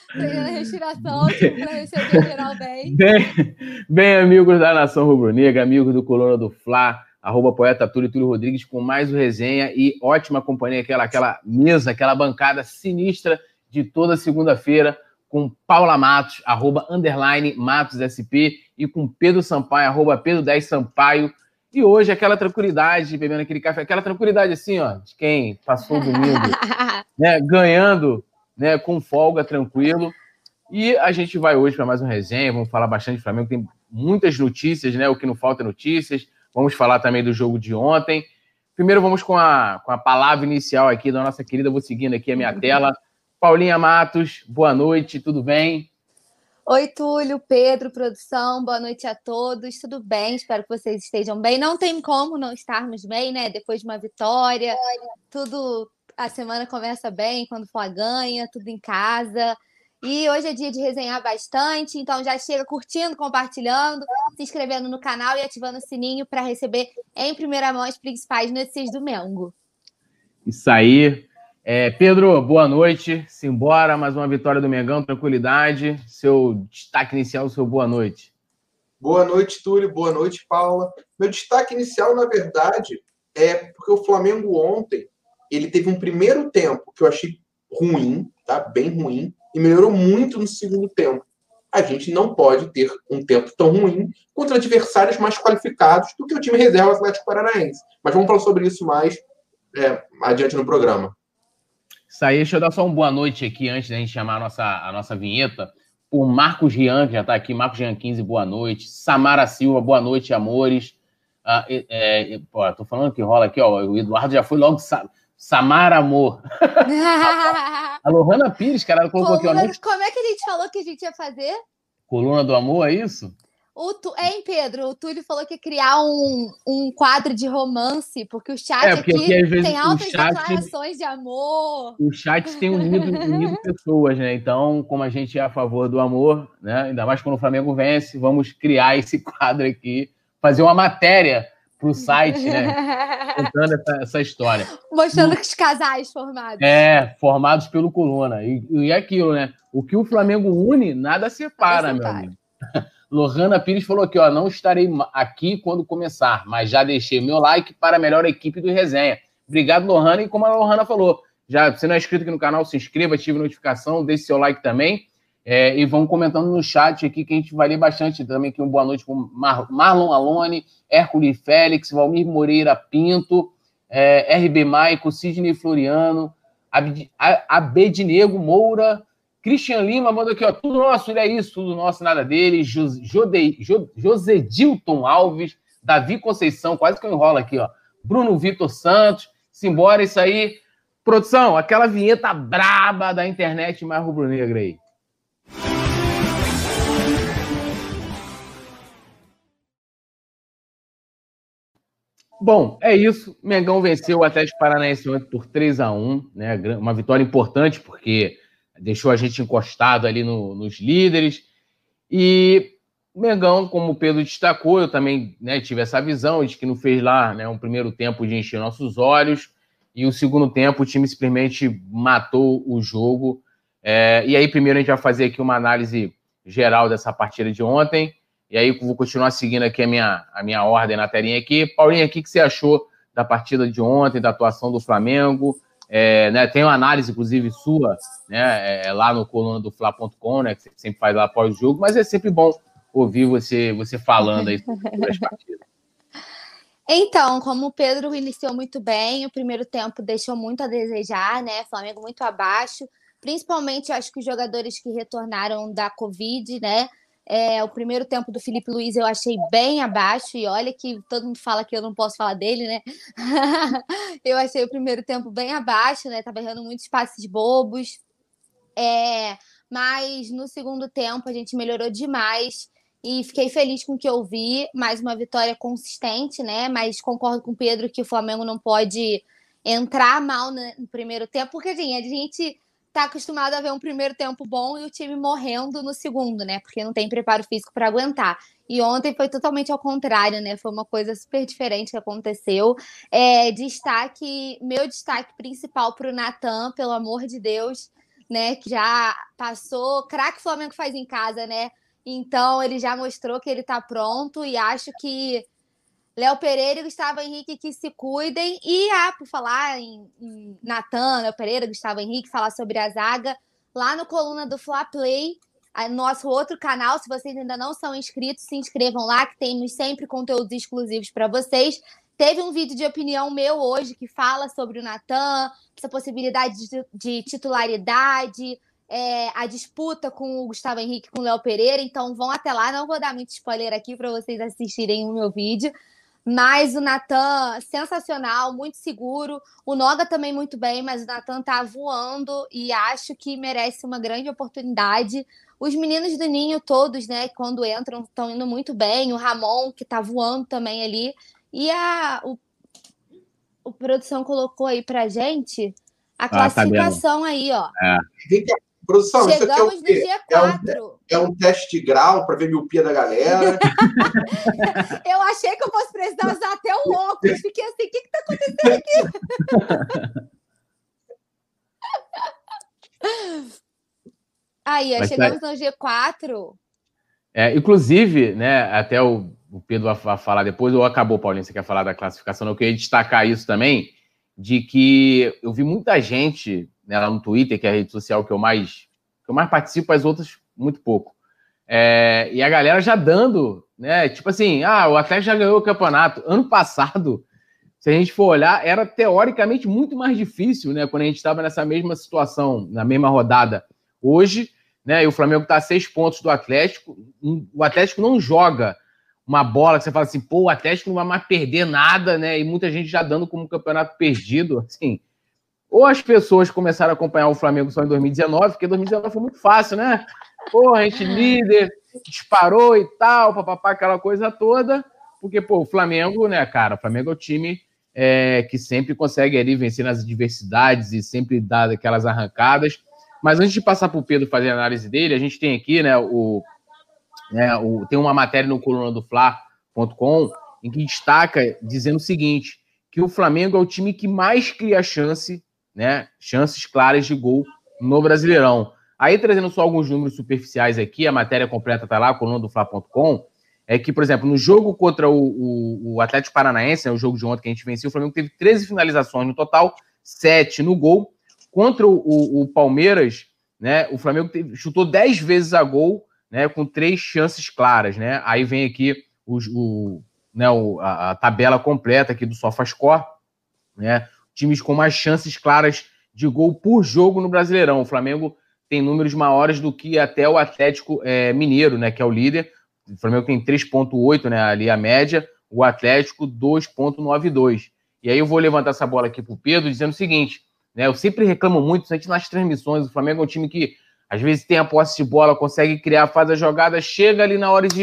Treinando a respiração, tipo, para receber geral bem. Bem, amigos da Nação Rubro-Negra, amigos do Coluna do Fla, @poeta Túlio Rodrigues, com mais o resenha e ótima companhia, aquela mesa, aquela bancada sinistra de toda segunda-feira, com Paula Matos, @_MatosSP, e com Pedro Sampaio, @Pedro10Sampaio. E hoje aquela tranquilidade, bebendo aquele café, aquela tranquilidade assim, ó, de quem passou o domingo, né, ganhando, né, com folga, tranquilo. E a gente vai hoje para mais um resenha, vamos falar bastante de Flamengo, tem muitas notícias, né? O que não falta é notícias. Vamos falar também do jogo de ontem. Primeiro vamos com a palavra inicial aqui da nossa querida, vou seguindo aqui a minha tela. Paulinha Matos, boa noite, tudo bem? Oi, Túlio, Pedro, produção, boa noite a todos, tudo bem? Espero que vocês estejam bem. Não tem como não estarmos bem, né? Depois de uma vitória, tudo, a semana começa bem, quando for ganha, tudo em casa. E hoje é dia de resenhar bastante, então já chega curtindo, compartilhando, se inscrevendo no canal e ativando o sininho para receber em primeira mão as principais notícias do Mengo. Isso aí. Pedro, boa noite. Simbora, mais uma vitória do Mengão, tranquilidade. Seu destaque inicial, seu boa noite. Boa noite, Túlio. Boa noite, Paula. Meu destaque inicial, na verdade, é porque o Flamengo ontem, ele teve um primeiro tempo que eu achei ruim, tá? Bem ruim, e melhorou muito no segundo tempo. A gente não pode ter um tempo tão ruim contra adversários mais qualificados do que o time reserva Atlético Paranaense. Mas vamos falar sobre isso mais adiante no programa. Isso aí, deixa eu dar só uma boa noite aqui antes da gente chamar a nossa vinheta. O Marcos Rian, que já está aqui, Marcos Rian 15, boa noite. Samara Silva, boa noite, amores. Tô falando que rola aqui, ó. O Eduardo já foi logo. Samara Amor. A Lohana Pires, cara, ela colocou aqui, ó. Como é que a gente falou que a gente ia fazer? Coluna do Amor, é isso? Hein, Pedro? O Túlio falou que ia criar um quadro de romance, porque o chat porque aqui às vezes, tem altas declarações de amor. O chat tem unido pessoas, né? Então, como a gente é a favor do amor, né? Ainda mais quando o Flamengo vence, vamos criar esse quadro aqui, fazer uma matéria para o site, né? Contando essa história. Mostrando os casais formados. Formados pelo Coluna. E aquilo, né? O que o Flamengo une, nada separa, meu amigo. Lohana Pires falou aqui, ó, não estarei aqui quando começar, mas já deixei meu like para a melhor equipe do resenha. Obrigado, Lohana. E como a Lohana falou, já você não é inscrito aqui no canal, se inscreva, ative a notificação, deixe seu like também. E vão comentando no chat aqui, que a gente vai ler bastante também. Aqui, boa noite com Marlon Alone, Hércules Félix, Valmir Moreira Pinto, RB Maico, Sidney Floriano, Abednego Moura, Christian Lima mandou aqui, ó, tudo nosso, ele é isso, tudo nosso, nada dele. Josedilton Alves, Davi Conceição, quase que eu enrolo aqui, ó. Bruno Vitor Santos, simbora isso aí. Produção, aquela vinheta braba da internet mais rubro-negra aí. Bom, é isso. Mengão venceu o Atlético Paranaense ontem por 3-1, né? Uma vitória importante, porque deixou a gente encostado ali nos líderes. E o Mengão, como o Pedro destacou, eu também, né, tive essa visão de que não fez lá, né, um primeiro tempo de encher nossos olhos, e o segundo tempo o time simplesmente matou o jogo. E aí primeiro a gente vai fazer aqui uma análise geral dessa partida de ontem, e aí vou continuar seguindo aqui a minha ordem na telinha aqui. Paulinho, o que você achou da partida de ontem, da atuação do Flamengo? Né, tem uma análise, inclusive, sua, né, lá no colunadofla.com, né, que você sempre faz lá após o jogo, mas é sempre bom ouvir você falando aí sobre as partidas. Então, como o Pedro iniciou muito bem, o primeiro tempo deixou muito a desejar, né? Flamengo muito abaixo, principalmente acho que os jogadores que retornaram da Covid, né? O primeiro tempo do Felipe Luiz eu achei bem abaixo, e olha que todo mundo fala que eu não posso falar dele, né? Eu achei o primeiro tempo bem abaixo, né? Tava errando muitos passes bobos. Mas no segundo tempo a gente melhorou demais e fiquei feliz com o que eu vi. Mais uma vitória consistente, né? Mas concordo com o Pedro que o Flamengo não pode entrar mal no primeiro tempo, porque assim, a gente tá acostumado a ver um primeiro tempo bom e o time morrendo no segundo, né? Porque não tem preparo físico para aguentar. E ontem foi totalmente ao contrário, né? Foi uma coisa super diferente que aconteceu. Meu destaque principal para o Natan, pelo amor de Deus. né? Que já passou. Craque Flamengo faz em casa, né? Então, ele já mostrou que ele tá pronto e acho que Léo Pereira e Gustavo Henrique que se cuidem. E, por falar em Natan, Léo Pereira, Gustavo Henrique, falar sobre a zaga, lá no Coluna do Fla Play, nosso outro canal, se vocês ainda não são inscritos, se inscrevam lá, que temos sempre conteúdos exclusivos para vocês. Teve um vídeo de opinião meu hoje que fala sobre o Natan, essa possibilidade de titularidade, a disputa com o Gustavo Henrique, com o Léo Pereira. Então vão até lá, não vou dar muito spoiler aqui para vocês assistirem o meu vídeo. Mas o Natan, sensacional, muito seguro. O Noga também muito bem, mas o Natan tá voando e acho que merece uma grande oportunidade. Os meninos do Ninho todos, né, quando entram, estão indo muito bem. O Ramon, que tá voando também ali. E o produção colocou aí pra gente a classificação aí, ó. Produção, chegamos isso aqui no G4. É um teste de grau para ver a miopia da galera. Eu achei que eu fosse precisar usar até o óculos. Fiquei assim, o que está acontecendo aqui? Aí, chegamos no G4. Inclusive, né, até o Pedro vai falar depois, ou acabou, Paulinho, você quer falar da classificação? Eu queria destacar isso também, de que eu vi muita gente, né, lá no Twitter, que é a rede social que eu mais participo, as outras muito pouco. E a galera já dando, né, tipo assim, o Atlético já ganhou o campeonato. Ano passado, se a gente for olhar, era teoricamente muito mais difícil, né, quando a gente estava nessa mesma situação, na mesma rodada. Hoje, né, e o Flamengo está a 6 pontos do Atlético, o Atlético não joga uma bola que você fala assim, pô, o Atlético não vai mais perder nada, né, e muita gente já dando como campeonato perdido, assim. Ou as pessoas começaram a acompanhar o Flamengo só em 2019, porque 2019 foi muito fácil, né? Pô, a gente líder, disparou e tal, papapá, aquela coisa toda. Porque, pô, o Flamengo, né, cara? O Flamengo é o time que sempre consegue ali vencer nas adversidades e sempre dar aquelas arrancadas. Mas antes de passar para o Pedro fazer a análise dele, a gente tem aqui, né, tem uma matéria no coluna do Fla.com em que destaca dizendo o seguinte, que o Flamengo é o time que mais cria chance, né, chances claras de gol no Brasileirão. Aí, trazendo só alguns números superficiais aqui, a matéria completa tá lá, coluna do Fla.com, é que, por exemplo, no jogo contra o Atlético Paranaense, né, o jogo de ontem que a gente venceu, o Flamengo teve 13 finalizações no total, 7 no gol. Contra o Palmeiras, né, o Flamengo chutou 10 vezes a gol, né, com 3 chances claras, né? Aí vem aqui a tabela completa aqui do SofaScore, né? Times com mais chances claras de gol por jogo no Brasileirão. O Flamengo tem números maiores do que até o Atlético Mineiro, né, que é o líder. O Flamengo tem 3,8, né, ali a média, o Atlético 2,92. E aí eu vou levantar essa bola aqui pro Pedro dizendo o seguinte, né, eu sempre reclamo muito, principalmente nas transmissões, o Flamengo é um time que às vezes tem a posse de bola, consegue criar, faz a jogada, chega ali na hora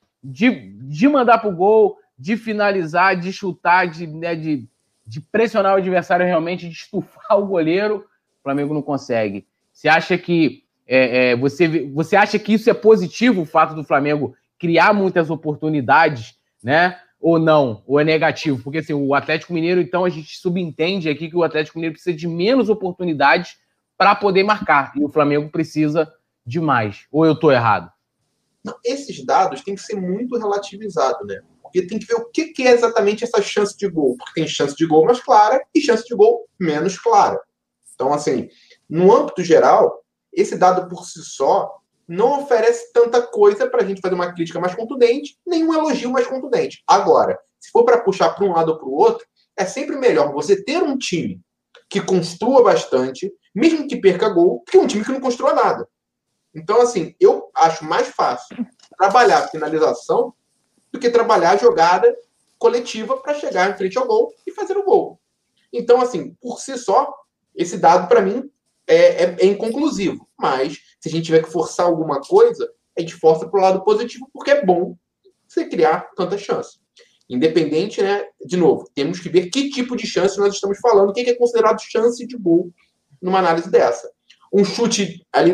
de mandar pro gol, de finalizar, de chutar, de pressionar o adversário realmente, de estufar o goleiro, o Flamengo não consegue. Você acha que você acha que isso é positivo, o fato do Flamengo criar muitas oportunidades, né? Ou não? Ou é negativo? Porque assim, o Atlético Mineiro, então, a gente subentende aqui que o Atlético Mineiro precisa de menos oportunidades para poder marcar. E o Flamengo precisa de mais. Ou eu estou errado? Não, esses dados têm que ser muito relativizados, né? Porque tem que ver o que é exatamente essa chance de gol. Porque tem chance de gol mais clara e chance de gol menos clara. Então, assim, no âmbito geral, esse dado por si só não oferece tanta coisa para a gente fazer uma crítica mais contundente, nem um elogio mais contundente. Agora, se for para puxar para um lado ou para o outro, é sempre melhor você ter um time que construa bastante, mesmo que perca gol, que um time que não construa nada. Então, assim, eu acho mais fácil trabalhar a finalização do que trabalhar a jogada coletiva para chegar em frente ao gol e fazer o gol. Então, assim, por si só, esse dado, para mim, é inconclusivo. Mas, se a gente tiver que forçar alguma coisa, a gente força para o lado positivo, porque é bom você criar tanta chance. Independente, né? De novo, temos que ver que tipo de chance nós estamos falando, o que é considerado chance de gol numa análise dessa. Um chute ali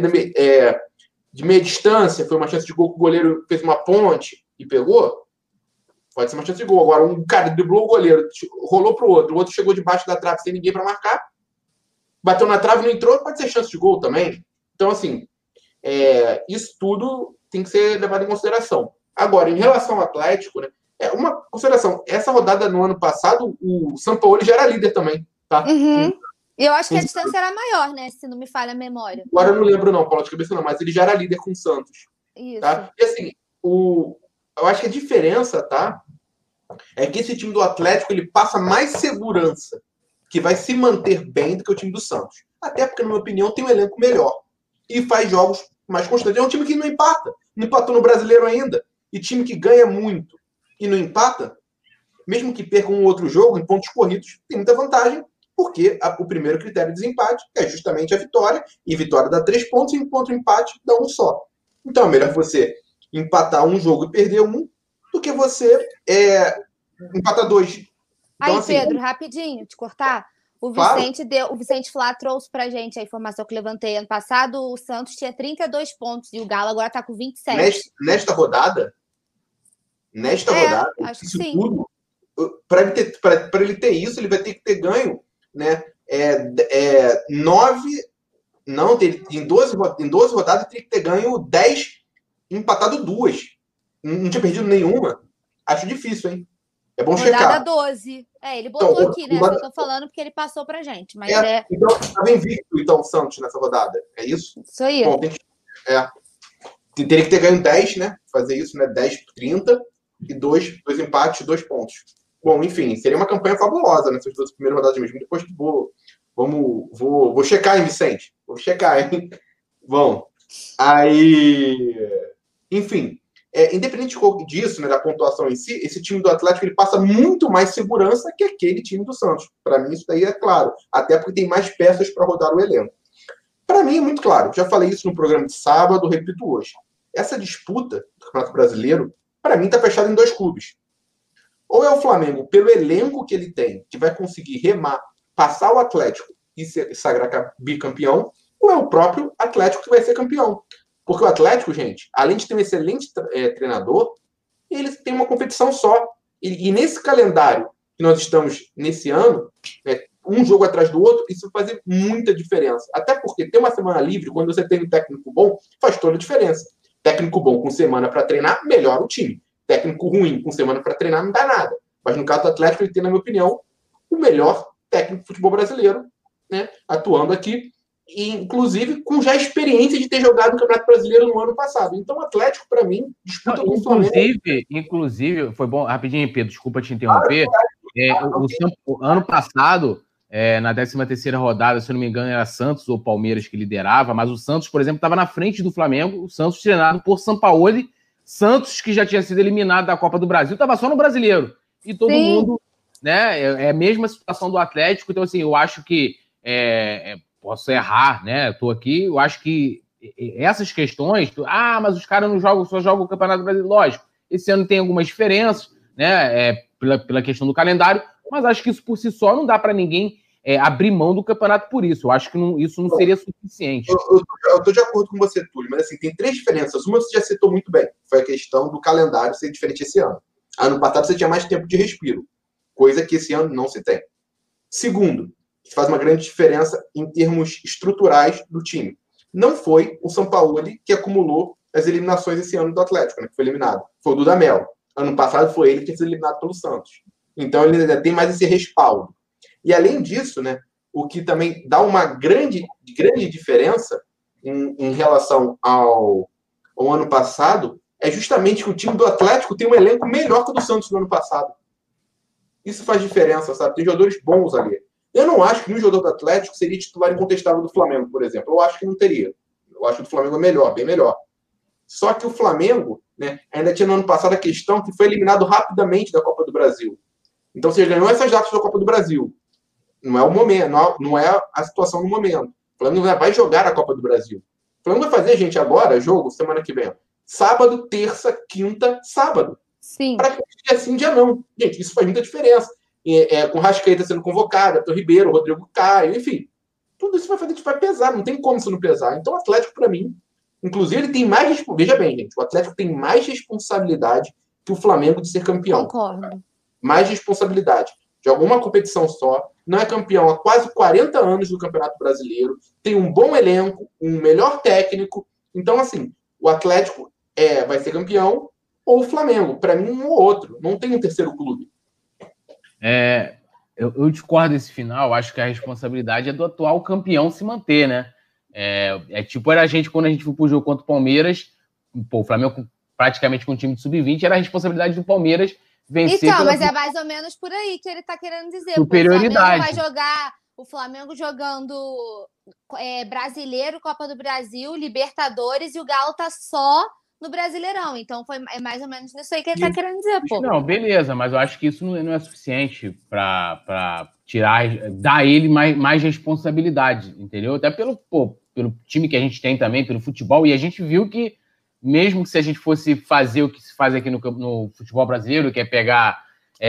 de meia distância foi uma chance de gol que o goleiro fez uma ponte e pegou? Pode ser uma chance de gol. Agora, um cara driblou o goleiro, rolou para o outro chegou debaixo da trave sem ninguém para marcar, bateu na trave, não entrou, pode ser chance de gol também. Então, assim, isso tudo tem que ser levado em consideração. Agora, em relação ao Atlético, né, uma consideração. Essa rodada no ano passado, o Sampaoli já era líder também, tá? Uhum. E eu acho que a distância era maior, né? Se não me falha a memória. Agora eu não lembro, não, Paulo, de cabeça não, mas ele já era líder com o Santos. Isso. Tá? E assim, eu acho que a diferença, tá? É que esse time do Atlético ele passa mais segurança, que vai se manter bem do que o time do Santos. Até porque, na minha opinião, tem um elenco melhor. E faz jogos mais constantes. É um time que não empata. Não empatou no Brasileiro ainda. E time que ganha muito e não empata, mesmo que perca um outro jogo em pontos corridos, tem muita vantagem, porque o primeiro critério de desempate é justamente a vitória, e vitória dá 3 pontos, e enquanto o empate dá um só. Então é melhor você empatar um jogo e perder um, do que você empatar 2. Então, aí, assim, Pedro, rapidinho, te cortar. O Vicente Flá trouxe pra gente a informação que eu levantei ano passado. O Santos tinha 32 pontos e o Galo agora tá com 27. Nesta rodada, acho que isso sim. tudo, para ele ter isso, ele vai ter que ter ganho, né? 9. Não, em 12 rodadas, ele teria que ter ganho 10, empatado 2. Não tinha perdido nenhuma. Acho difícil, hein? É bom checar. Rodada 12. Ele botou então, aqui, né? Só tô falando porque ele passou pra gente. Mas Então, estava invicto, então, o Santos nessa rodada. É isso? Isso aí. Bom, teria que ter ganho 10, né? Fazer isso, né? 10 por 30. E 2 empates, 2 pontos. Bom, enfim, seria uma campanha fabulosa nessas 2 primeiras rodadas mesmo. Depois vou checar, hein, Vicente? Vou checar, hein? Bom, aí... Enfim, independente disso, né, da pontuação em si, esse time do Atlético ele passa muito mais segurança que aquele time do Santos. Para mim, isso daí é claro. Até porque tem mais peças para rodar o elenco. Para mim, é muito claro. Já falei isso no programa de sábado, repito hoje. Essa disputa do Campeonato Brasileiro, para mim, está fechada em 2 clubes. Ou é o Flamengo, pelo elenco que ele tem, que vai conseguir remar, passar o Atlético e se sagrar bicampeão, ou é o próprio Atlético que vai ser campeão. Porque o Atlético, gente, além de ter um excelente treinador, ele tem uma competição só. E nesse calendário que nós estamos nesse ano, um jogo atrás do outro, isso vai fazer muita diferença. Até porque ter uma semana livre, quando você tem um técnico bom, faz toda a diferença. Técnico bom com semana para treinar, melhora o time. Técnico ruim com semana para treinar, não dá nada. Mas no caso do Atlético, ele tem, na minha opinião, o melhor técnico do futebol brasileiro, né, atuando aqui, e, inclusive com já experiência de ter jogado no Campeonato Brasileiro no ano passado. Então, o Atlético, para mim, disputa com o Flamengo. Inclusive, foi bom, rapidinho, Pedro, desculpa te interromper. O ano passado, na 13ª rodada, se eu não me engano, era Santos ou Palmeiras que liderava, mas o Santos, por exemplo, estava na frente do Flamengo, o Santos treinado por Sampaoli, Santos, que já tinha sido eliminado da Copa do Brasil, estava só no Brasileiro. E todo mundo, né? É a mesma situação do Atlético. Então, assim, eu acho que posso errar, né? Eu tô aqui, eu acho que essas questões, mas os caras não jogam, só jogam o Campeonato Brasileiro. Lógico, esse ano tem algumas diferenças, né? Pela questão do calendário, mas acho que isso por si só não dá para ninguém abrir mão do campeonato por isso. Eu acho que isso não seria suficiente. Eu estou de acordo com você, Túlio, mas assim, tem 3 diferenças. Uma você já citou muito bem, foi a questão do calendário ser diferente esse ano. Ano passado você tinha mais tempo de respiro, coisa que esse ano não se tem. Segundo, que faz uma grande diferença em termos estruturais do time. Não foi o Sampaoli que acumulou as eliminações esse ano do Atlético, né, que foi eliminado. Foi o Dudamel. Ano passado foi ele que tinha sido eliminado pelo Santos. Então ele ainda tem mais esse respaldo. E além disso, né, o que também dá uma grande diferença em relação ao ano passado é justamente que o time do Atlético tem um elenco melhor que o do Santos no ano passado. Isso faz diferença, sabe? Tem jogadores bons ali. Eu não acho que um jogador do Atlético seria titular incontestável do Flamengo, por exemplo. Eu acho que não teria. Eu acho que o Flamengo é melhor, bem melhor. Só que o Flamengo, né, ainda tinha no ano passado a questão que foi eliminado rapidamente da Copa do Brasil. Então, você ganhou essas datas da Copa do Brasil. Não é o momento, não é a situação no momento. O Flamengo vai jogar a Copa do Brasil. O Flamengo vai fazer, gente, agora, jogo, semana que vem. Sábado, terça, quinta, sábado. Sim. Para que dia sim, dia não. Gente, isso faz muita diferença. Com o Rascaeta sendo convocado, Everton Ribeiro, Rodrigo Caio, enfim. Tudo isso vai pesar, não tem como isso não pesar. Então, o Atlético, para mim, inclusive, ele tem mais... Veja bem, gente, o Atlético tem mais responsabilidade que o Flamengo de ser campeão. Concordo. Mais responsabilidade. De alguma competição só, não é campeão há quase 40 anos do Campeonato Brasileiro, tem um bom elenco, um melhor técnico. Então, assim, o Atlético vai ser campeão ou o Flamengo. Para mim, um ou outro. Não tem um terceiro clube. Eu discordo desse final. Acho que a responsabilidade é do atual campeão se manter, né? Tipo, era a gente, quando a gente foi pro jogo contra o Palmeiras, o Flamengo praticamente com o time de sub-20, era a responsabilidade do Palmeiras vencer. Então, mas é mais ou menos por aí que ele tá querendo dizer. Superioridade. O Flamengo jogando Brasileiro, Copa do Brasil, Libertadores, e o Galo tá só no Brasileirão. Então, é mais ou menos isso aí que ele tá querendo dizer, pô. Não, beleza, mas eu acho que isso não é suficiente para dar a ele mais responsabilidade, entendeu? Até pelo time que a gente tem também, pelo futebol, e a gente viu que mesmo que se a gente fosse fazer o que se faz aqui no futebol brasileiro, que é pegar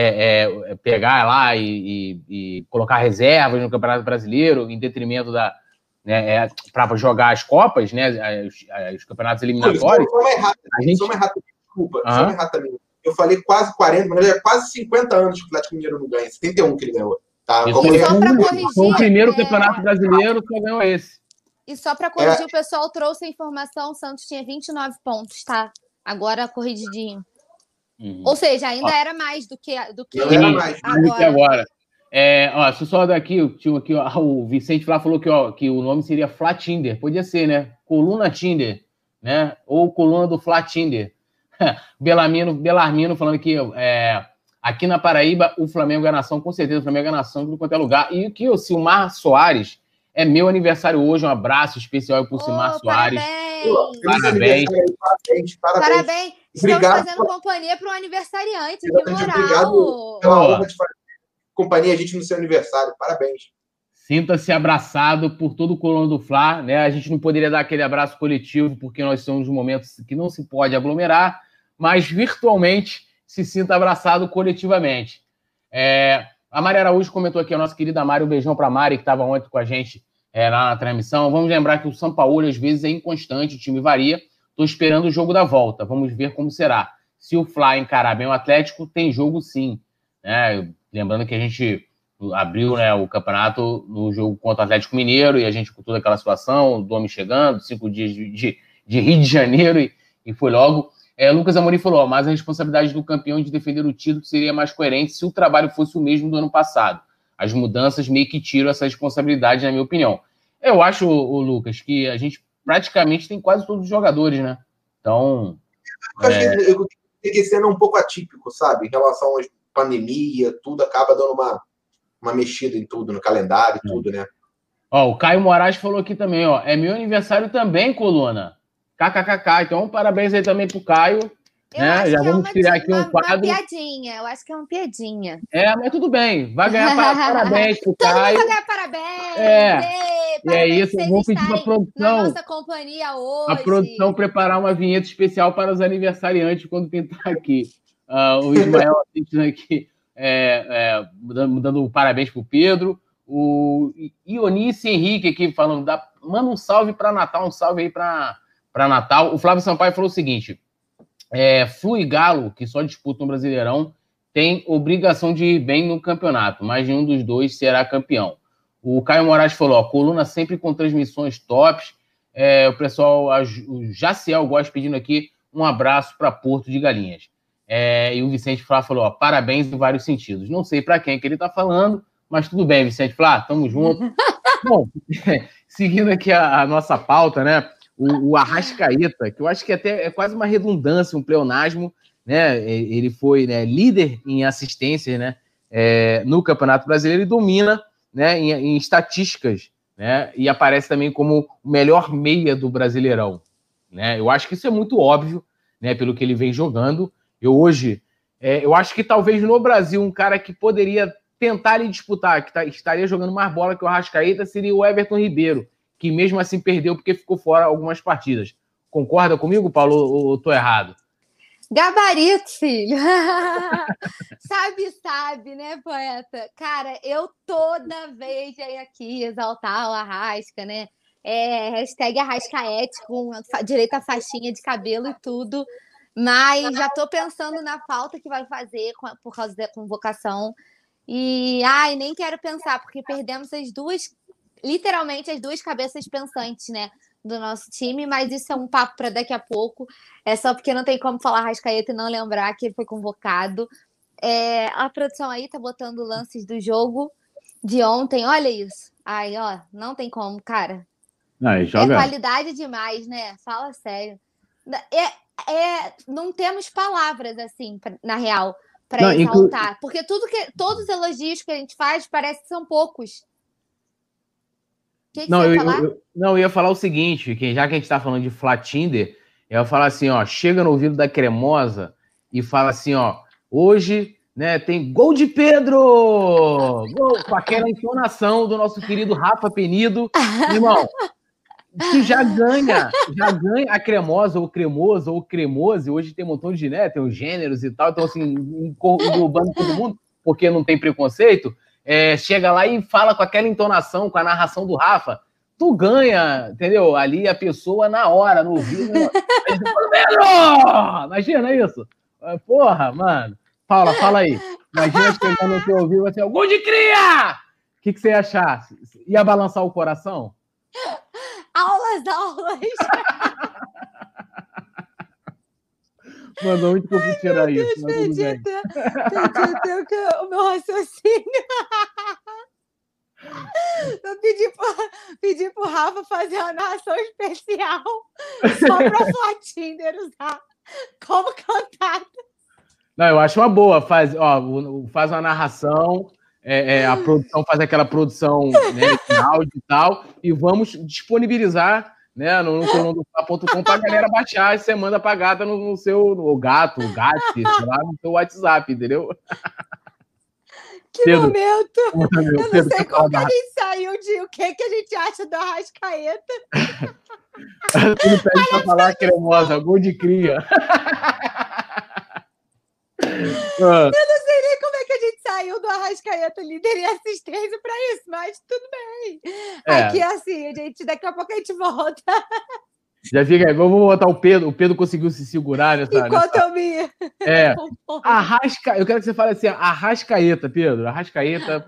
lá e colocar reservas no Campeonato Brasileiro, em detrimento para jogar as Copas, né, os campeonatos eliminatórios. Só uma errata, desculpa. Só uma errata também. Eu falei quase 40, mas é quase 50 anos que o Atlético Mineiro não ganha. 71 que ele ganhou. Tá? Só para corrigir. Foi o primeiro campeonato brasileiro que ganhou esse. E só para corrigir, o pessoal trouxe a informação, o Santos tinha 29 pontos, tá? Agora corrigidinho. Ou seja, ainda era mais do que agora. Só daqui, o Vicente Flá falou que o nome seria Flá Tinder. Podia ser, né? Coluna Tinder, né? Ou coluna do Flá Tinder. Belarmino falando que aqui na Paraíba o Flamengo é nação, com certeza o Flamengo é nação em tudo quanto é lugar. E que o Silmar Soares é meu aniversário hoje, um abraço especial para o Silmar Soares. Parabéns! Parabéns! Estamos fazendo companhia para o aniversariante, que moral! Obrigado pela honra de fazer companhia a gente no seu aniversário. Parabéns! Sinta-se abraçado por todo o colono do Fla, né? A gente não poderia dar aquele abraço coletivo, porque nós estamos em momentos que não se pode aglomerar, mas virtualmente se sinta abraçado coletivamente. A Mari Araújo comentou aqui, a nossa querida Mari, um beijão para a Mari, que estava ontem com a gente lá na transmissão. Vamos lembrar que o São Paulo, às vezes, é inconstante, o time varia. Estou esperando o jogo da volta, vamos ver como será. Se o Fla encarar bem o Atlético, tem jogo sim. Lembrando que a gente abriu, né, o campeonato no jogo contra o Atlético Mineiro, e a gente com toda aquela situação, do homem chegando, 5 dias de Rio de Janeiro, e foi logo. Lucas Amorim falou, mas a responsabilidade do campeão de defender o título seria mais coerente se o trabalho fosse o mesmo do ano passado. As mudanças meio que tiram essa responsabilidade, na minha opinião. Eu acho, Lucas, que a gente praticamente tem quase todos os jogadores, né? Então... Eu acho que esse ano é um pouco atípico, sabe? Em relação à pandemia, tudo acaba dando uma mexida em tudo, no calendário, tudo, né? O Caio Moraes falou aqui também, é meu aniversário também, coluna. KKKK, então parabéns aí também pro Caio. Né? Já vamos criar aqui um quadro. Uma piadinha, eu acho que é uma piadinha. Mas tudo bem, vai ganhar parabéns pro Caio. Todo mundo vai ganhar parabéns. E é isso, vamos pedir pra produção. Na nossa companhia hoje. A produção preparar uma vinheta especial para os aniversariantes quando pintar aqui. O Ismael assistindo aqui, dando parabéns pro Pedro. O Ionice Henrique aqui falando, manda um salve para Natal, um salve aí para Natal. O Flávio Sampaio falou o seguinte: Flu e Galo, que só disputam o Brasileirão, tem obrigação de ir bem no campeonato, mas nenhum dos dois será campeão. O Caio Moraes falou, coluna sempre com transmissões tops. O pessoal, o Jaciel Góes pedindo aqui um abraço para Porto de Galinhas. E o Vicente Flá falou, parabéns em vários sentidos. Não sei para quem que ele está falando, mas tudo bem, Vicente Flá, tamo junto. Bom, seguindo aqui a nossa pauta, né? O Arrascaeta, que eu acho que até é quase uma redundância, um pleonasmo, né? Ele foi, né, líder em assistências, né, no Campeonato Brasileiro e domina, né, em estatísticas, né? E aparece também como o melhor meia do Brasileirão, né? Eu acho que isso é muito óbvio, né, pelo que ele vem jogando. Eu acho que talvez no Brasil um cara que poderia tentar lhe disputar, que estaria jogando mais bola que o Arrascaeta, seria o Everton Ribeiro, que mesmo assim perdeu porque ficou fora algumas partidas. Concorda comigo, Paulo, ou tô errado? Gabarito, filho! sabe, né, poeta? Cara, eu toda vez venho aqui exaltar o Arrasca, né? Hashtag Arrascaete, com direito à faixinha de cabelo e tudo. Mas já tô pensando na falta que vai fazer por causa da convocação. E, nem quero pensar, porque perdemos literalmente as duas cabeças pensantes, né, do nosso time, mas isso é um papo para daqui a pouco. É só porque não tem como falar Arrascaeta e não lembrar que ele foi convocado. A produção aí tá botando lances do jogo de ontem, olha isso. Não tem como, cara. É qualidade demais, né? Fala sério. Não temos palavras, assim, na real, para exaltar. Porque todos os elogios que a gente faz parece que são poucos. O que você ia falar? Eu ia falar o seguinte, que já que a gente tá falando de Flatinder, eu ia falar assim, ó, chega no ouvido da Cremosa e fala assim, ó, hoje, né, tem gol de Pedro! Gol! Com aquela entonação do nosso querido Rafa Penido. Irmão, tu já ganha a Cremosa, ou Cremoso, ou Cremose. Hoje tem um montão de, né, tem os gêneros e tal, então assim, englobando todo mundo, porque não tem preconceito. Chega lá e fala com aquela entonação, com a narração do Rafa, tu ganha, entendeu? Ali a pessoa na hora, no ouvido. Imagina isso. Porra, mano. Paula, fala aí. Imagina chegando no teu ouvido assim, gol de cria! O que você ia achar? Ia balançar o coração? Aulas. Mandou muito que eu fui tirar isso. Deus, perdi até o meu raciocínio. Eu pedi pro Rafa fazer uma narração especial só para o Flatinder usar como cantada. Não, eu acho uma boa. Faz uma narração, a produção faz aquela produção, né, de áudio e tal, e vamos disponibilizar, né, no colunadofla.com para a galera baixar e você manda pra gata no seu gato, sei lá, no seu WhatsApp, entendeu? Que Pedro, momento! Eu não sei como que a gente saiu de o que a gente acha do Arrascaeta. Ele pede pra falar Cremosa, gol de cria. Eu não sei nem como é que a gente saiu do Arrascaeta líder e assistência para isso, mas tudo bem. Aqui é assim, daqui a pouco a gente volta. Já fica, vamos botar o Pedro. O Pedro conseguiu se segurar enquanto eu me... Eu quero que você fale assim, Arrascaeta, Pedro. Arrascaeta.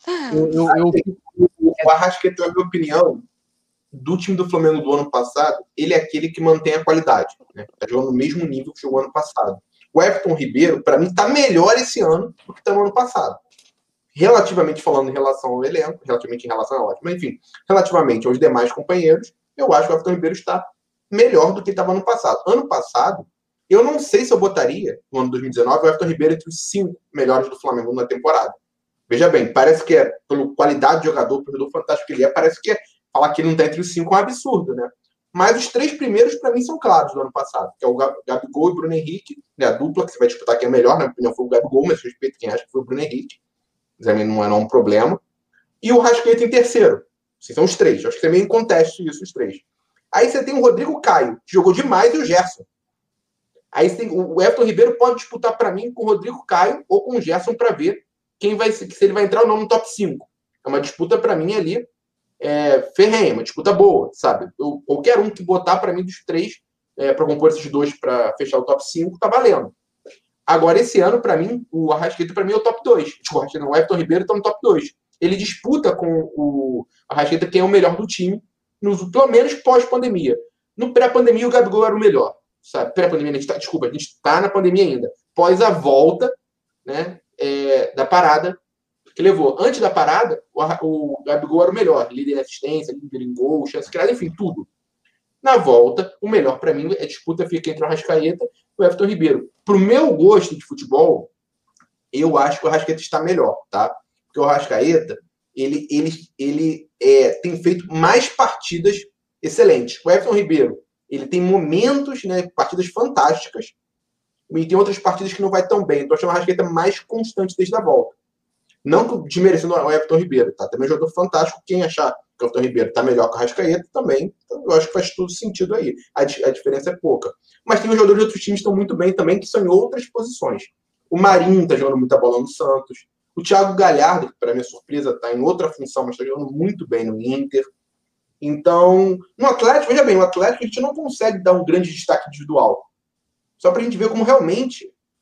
O Arrascaeta, na minha opinião, do time do Flamengo do ano passado, ele é aquele que mantém a qualidade, né? Tá jogando no mesmo nível que jogou ano passado. O Everton Ribeiro, para mim, tá melhor esse ano do que tá no ano passado. Relativamente falando em relação ao elenco, relativamente em relação ao ótimo, mas enfim, relativamente aos demais companheiros, eu acho que o Everton Ribeiro está melhor do que estava ano passado. Ano passado, eu não sei se eu botaria, no ano de 2019, o Everton Ribeiro entre os 5 melhores do Flamengo na temporada. Veja bem, parece que pela qualidade de jogador, pelo jogador fantástico que ele parece que falar que ele não está entre os 5 é um absurdo, né? Mas os 3 primeiros, para mim, são claros do ano passado, que é o Gabigol e o Bruno Henrique, né? A dupla que você vai disputar quem é melhor, na minha opinião, foi o Gabigol, mas respeito quem acha que foi o Bruno Henrique. Mas não é um problema. E o Rascaeta em terceiro. Assim, são os 3. Acho que também conteste isso, os 3. Aí você tem o Rodrigo Caio, que jogou demais, e o Gerson. Aí você tem, o Everton Ribeiro pode disputar para mim com o Rodrigo Caio ou com o Gerson para ver se ele vai entrar ou não no top 5. É uma disputa para mim ali ferrenha, uma disputa boa, sabe? Qualquer um que botar para mim dos 3 para compor esses 2 para fechar o top 5 tá valendo. Agora, esse ano, para mim, o Arrascaeta para mim é o top 2. O Everton Ribeiro está no top 2. Ele disputa com o Arrascaeta quem é o melhor do time, pelo menos pós-pandemia. No pré-pandemia, o Gabigol era o melhor. Sabe? Pré-pandemia, a gente está na pandemia ainda. Pós a volta, né, da parada que levou. Antes da parada, o Gabigol era o melhor. Líder em assistência, líder em gol, chance criada, enfim, tudo. Na volta, o melhor para mim a disputa fica entre o Arrascaeta e o Everton Ribeiro. Pro meu gosto de futebol, eu acho que o Arrascaeta está melhor, tá? Porque o Arrascaeta, ele tem feito mais partidas excelentes. O Everton Ribeiro, ele tem momentos, né, partidas fantásticas, e tem outras partidas que não vai tão bem. Então, eu acho o Arrascaeta mais constante desde a volta. Não desmerecendo o Everton Ribeiro, tá? Também é um jogador fantástico. Quem achar que o Everton Ribeiro tá melhor que o Arrascaeta também, então eu acho que faz todo sentido aí. A diferença é pouca. Mas tem os jogadores de outros times que estão muito bem também, que são em outras posições. O Marinho tá jogando muita bola no Santos. O Thiago Galhardo, que para minha surpresa tá em outra função, mas tá jogando muito bem no Inter. Então, no Atlético, veja bem, o Atlético a gente não consegue dar um grande destaque individual. Só pra gente ver como realmente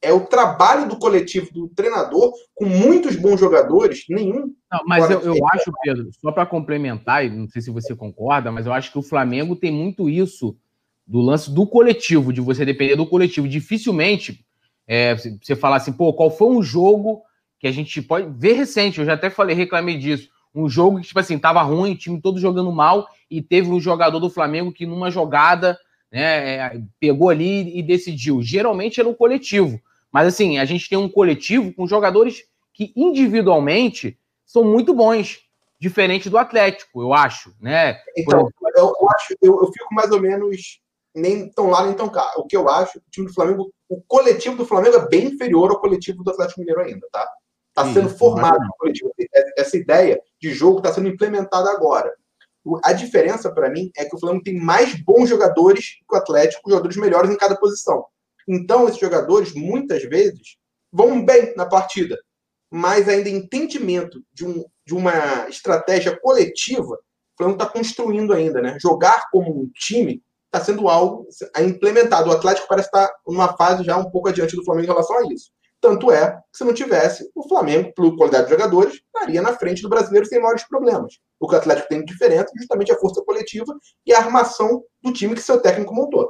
é o trabalho do coletivo, do treinador, com muitos bons jogadores, nenhum. Não, mas eu acho, Pedro, só para complementar, e não sei se você concorda, mas eu acho que o Flamengo tem muito isso do lance do coletivo, de você depender do coletivo. Dificilmente você falar assim, pô, qual foi um jogo que a gente pode ver recente, eu já até reclamei disso, um jogo que, tipo assim, tava ruim, o time todo jogando mal, e teve um jogador do Flamengo que numa jogada, né, pegou ali e decidiu. Geralmente era um coletivo. Mas, assim, a gente tem um coletivo com jogadores que individualmente são muito bons, diferente do Atlético, eu acho, né? Então, eu fico mais ou menos nem tão lá, nem tão cá. O que eu acho, o time do Flamengo, o coletivo do Flamengo é bem inferior ao coletivo do Atlético Mineiro ainda, tá? Está sendo formado o coletivo. Essa ideia de jogo está sendo implementada agora. A diferença, para mim, é que o Flamengo tem mais bons jogadores que o Atlético, jogadores melhores em cada posição. Então, esses jogadores, muitas vezes, vão bem na partida, mas ainda entendimento de uma estratégia coletiva, o Flamengo está construindo ainda, né? Jogar como um time está sendo algo implementado. O Atlético parece estar numa fase já um pouco adiante do Flamengo em relação a isso. Tanto é que, se não tivesse, o Flamengo, pela qualidade de jogadores, estaria na frente do brasileiro sem maiores problemas. O que o Atlético tem de diferença é justamente a força coletiva e a armação do time que seu técnico montou.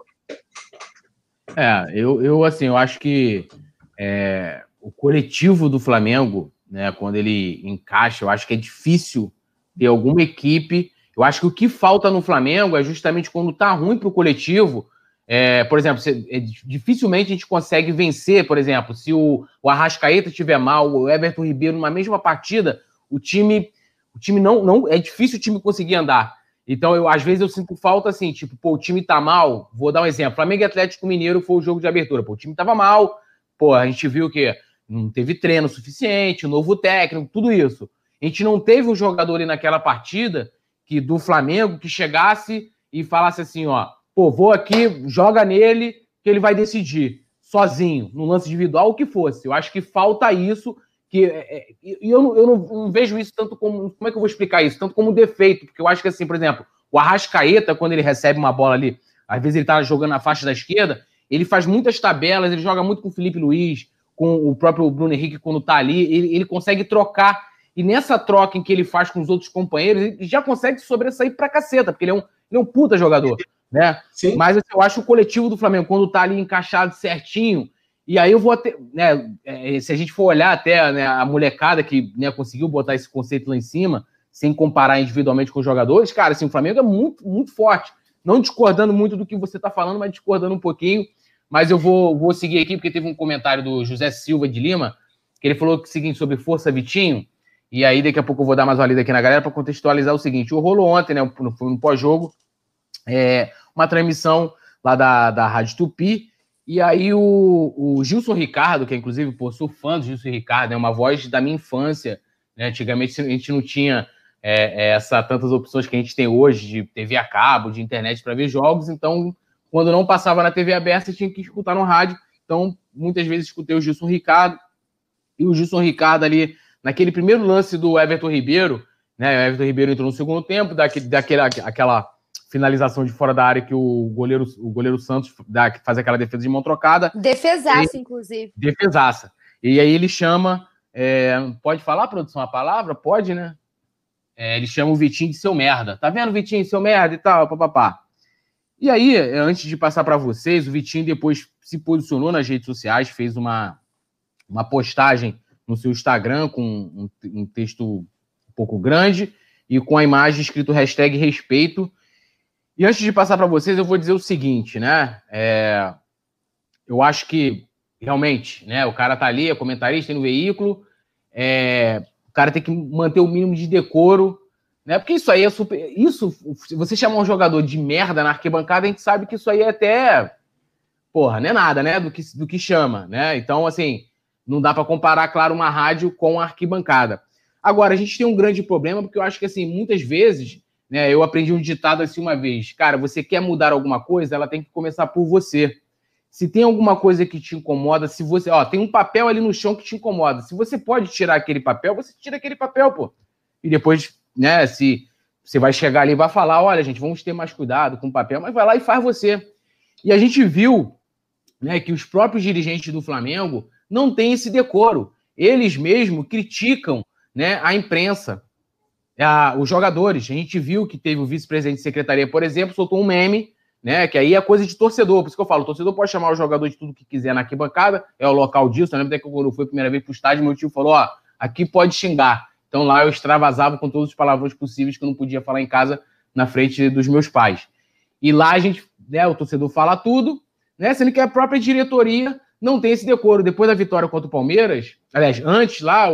Eu acho que o coletivo do Flamengo, né, quando ele encaixa, eu acho que é difícil ter alguma equipe. Eu acho que o que falta no Flamengo é justamente quando tá ruim pro coletivo. Por exemplo, dificilmente a gente consegue vencer, por exemplo, se o Arrascaeta estiver mal, o Everton Ribeiro numa mesma partida, o time não é difícil o time conseguir andar. Então, às vezes eu sinto falta assim, tipo, pô, o time tá mal, vou dar um exemplo, Flamengo e Atlético Mineiro foi o jogo de abertura, pô, o time tava mal, pô, a gente viu que não teve treino suficiente, novo técnico, tudo isso. A gente não teve um jogador ali naquela partida do Flamengo que chegasse e falasse assim, ó, pô, vou aqui, joga nele que ele vai decidir, sozinho, no lance individual, o que fosse. Eu acho que falta isso, e eu não vejo isso tanto como é que eu vou explicar isso? Tanto como defeito, porque eu acho que assim, por exemplo, o Arrascaeta, quando ele recebe uma bola ali, às vezes ele tá jogando na faixa da esquerda, ele faz muitas tabelas, ele joga muito com o Felipe Luiz, com o próprio Bruno Henrique quando tá ali, ele consegue trocar, e nessa troca em que ele faz com os outros companheiros, ele já consegue sobressair pra caceta, porque ele é um puta jogador, né? Sim. Mas assim, eu acho o coletivo do Flamengo, quando tá ali encaixado certinho, e aí eu vou até, né, se a gente for olhar até, né, a molecada que, né, conseguiu botar esse conceito lá em cima, sem comparar individualmente com os jogadores, cara, assim, o Flamengo é muito, muito forte. Não discordando muito do que você tá falando, mas discordando um pouquinho. Mas eu vou seguir aqui, porque teve um comentário do José Silva de Lima, que ele falou o seguinte sobre Força Vitinho, e aí daqui a pouco eu vou dar mais uma lida aqui na galera para contextualizar o seguinte. O rolou ontem, né, no pós-jogo, uma transmissão lá da Rádio Tupi, e aí o Gilson Ricardo, que inclusive, pô, sou fã do Gilson Ricardo, é uma voz da minha infância, né? Antigamente a gente não tinha tantas opções que a gente tem hoje de TV a cabo, de internet para ver jogos, então quando não passava na TV aberta, tinha que escutar no rádio, então muitas vezes escutei o Gilson Ricardo, e o Gilson Ricardo ali, naquele primeiro lance do Everton Ribeiro, né? O Everton Ribeiro entrou no segundo tempo, aquela finalização de fora da área que o goleiro Santos que faz aquela defesa de mão trocada. Defesaça, inclusive. Defesaça. E aí ele chama... pode falar, produção, a palavra? Pode, né? Ele chama o Vitinho de seu merda. Tá vendo, Vitinho, seu merda e tal, papapá. E aí, antes de passar para vocês, o Vitinho depois se posicionou nas redes sociais, fez uma postagem no seu Instagram com um texto um pouco grande e com a imagem escrito #respeito. E antes de passar para vocês, eu vou dizer o seguinte, né? Eu acho que, realmente, né, o cara tá ali, é comentarista no veículo, o cara tem que manter o mínimo de decoro, né? Porque isso aí é super... se você chamar um jogador de merda na arquibancada, a gente sabe que isso aí é até... Porra, não é nada, né? Do que chama, né? Então, assim, não dá para comparar, claro, uma rádio com a arquibancada. Agora, a gente tem um grande problema, porque eu acho que, assim, muitas vezes... né, eu aprendi um ditado assim uma vez, cara, você quer mudar alguma coisa, ela tem que começar por você. Se tem alguma coisa que te incomoda, se você, tem um papel ali no chão que te incomoda, se você pode tirar aquele papel, você tira aquele papel, pô. E depois, né, se você vai chegar ali e vai falar, olha, gente, vamos ter mais cuidado com o papel, mas vai lá e faz você. E a gente viu, né, que os próprios dirigentes do Flamengo não têm esse decoro. Eles mesmos criticam, né, a imprensa, os jogadores. A gente viu que teve o vice-presidente de secretaria, por exemplo, soltou um meme, né, que aí é coisa de torcedor. Por isso que eu falo, o torcedor pode chamar o jogador de tudo que quiser na arquibancada, é o local disso. Eu lembro até que quando eu fui a primeira vez pro estádio, meu tio falou, ó, aqui pode xingar. Então lá eu extravasava com todos os palavrões possíveis que eu não podia falar em casa na frente dos meus pais. E lá a gente, né, o torcedor fala tudo, né, sendo que a própria diretoria não tem esse decoro. Depois da vitória contra o Palmeiras, aliás, antes lá,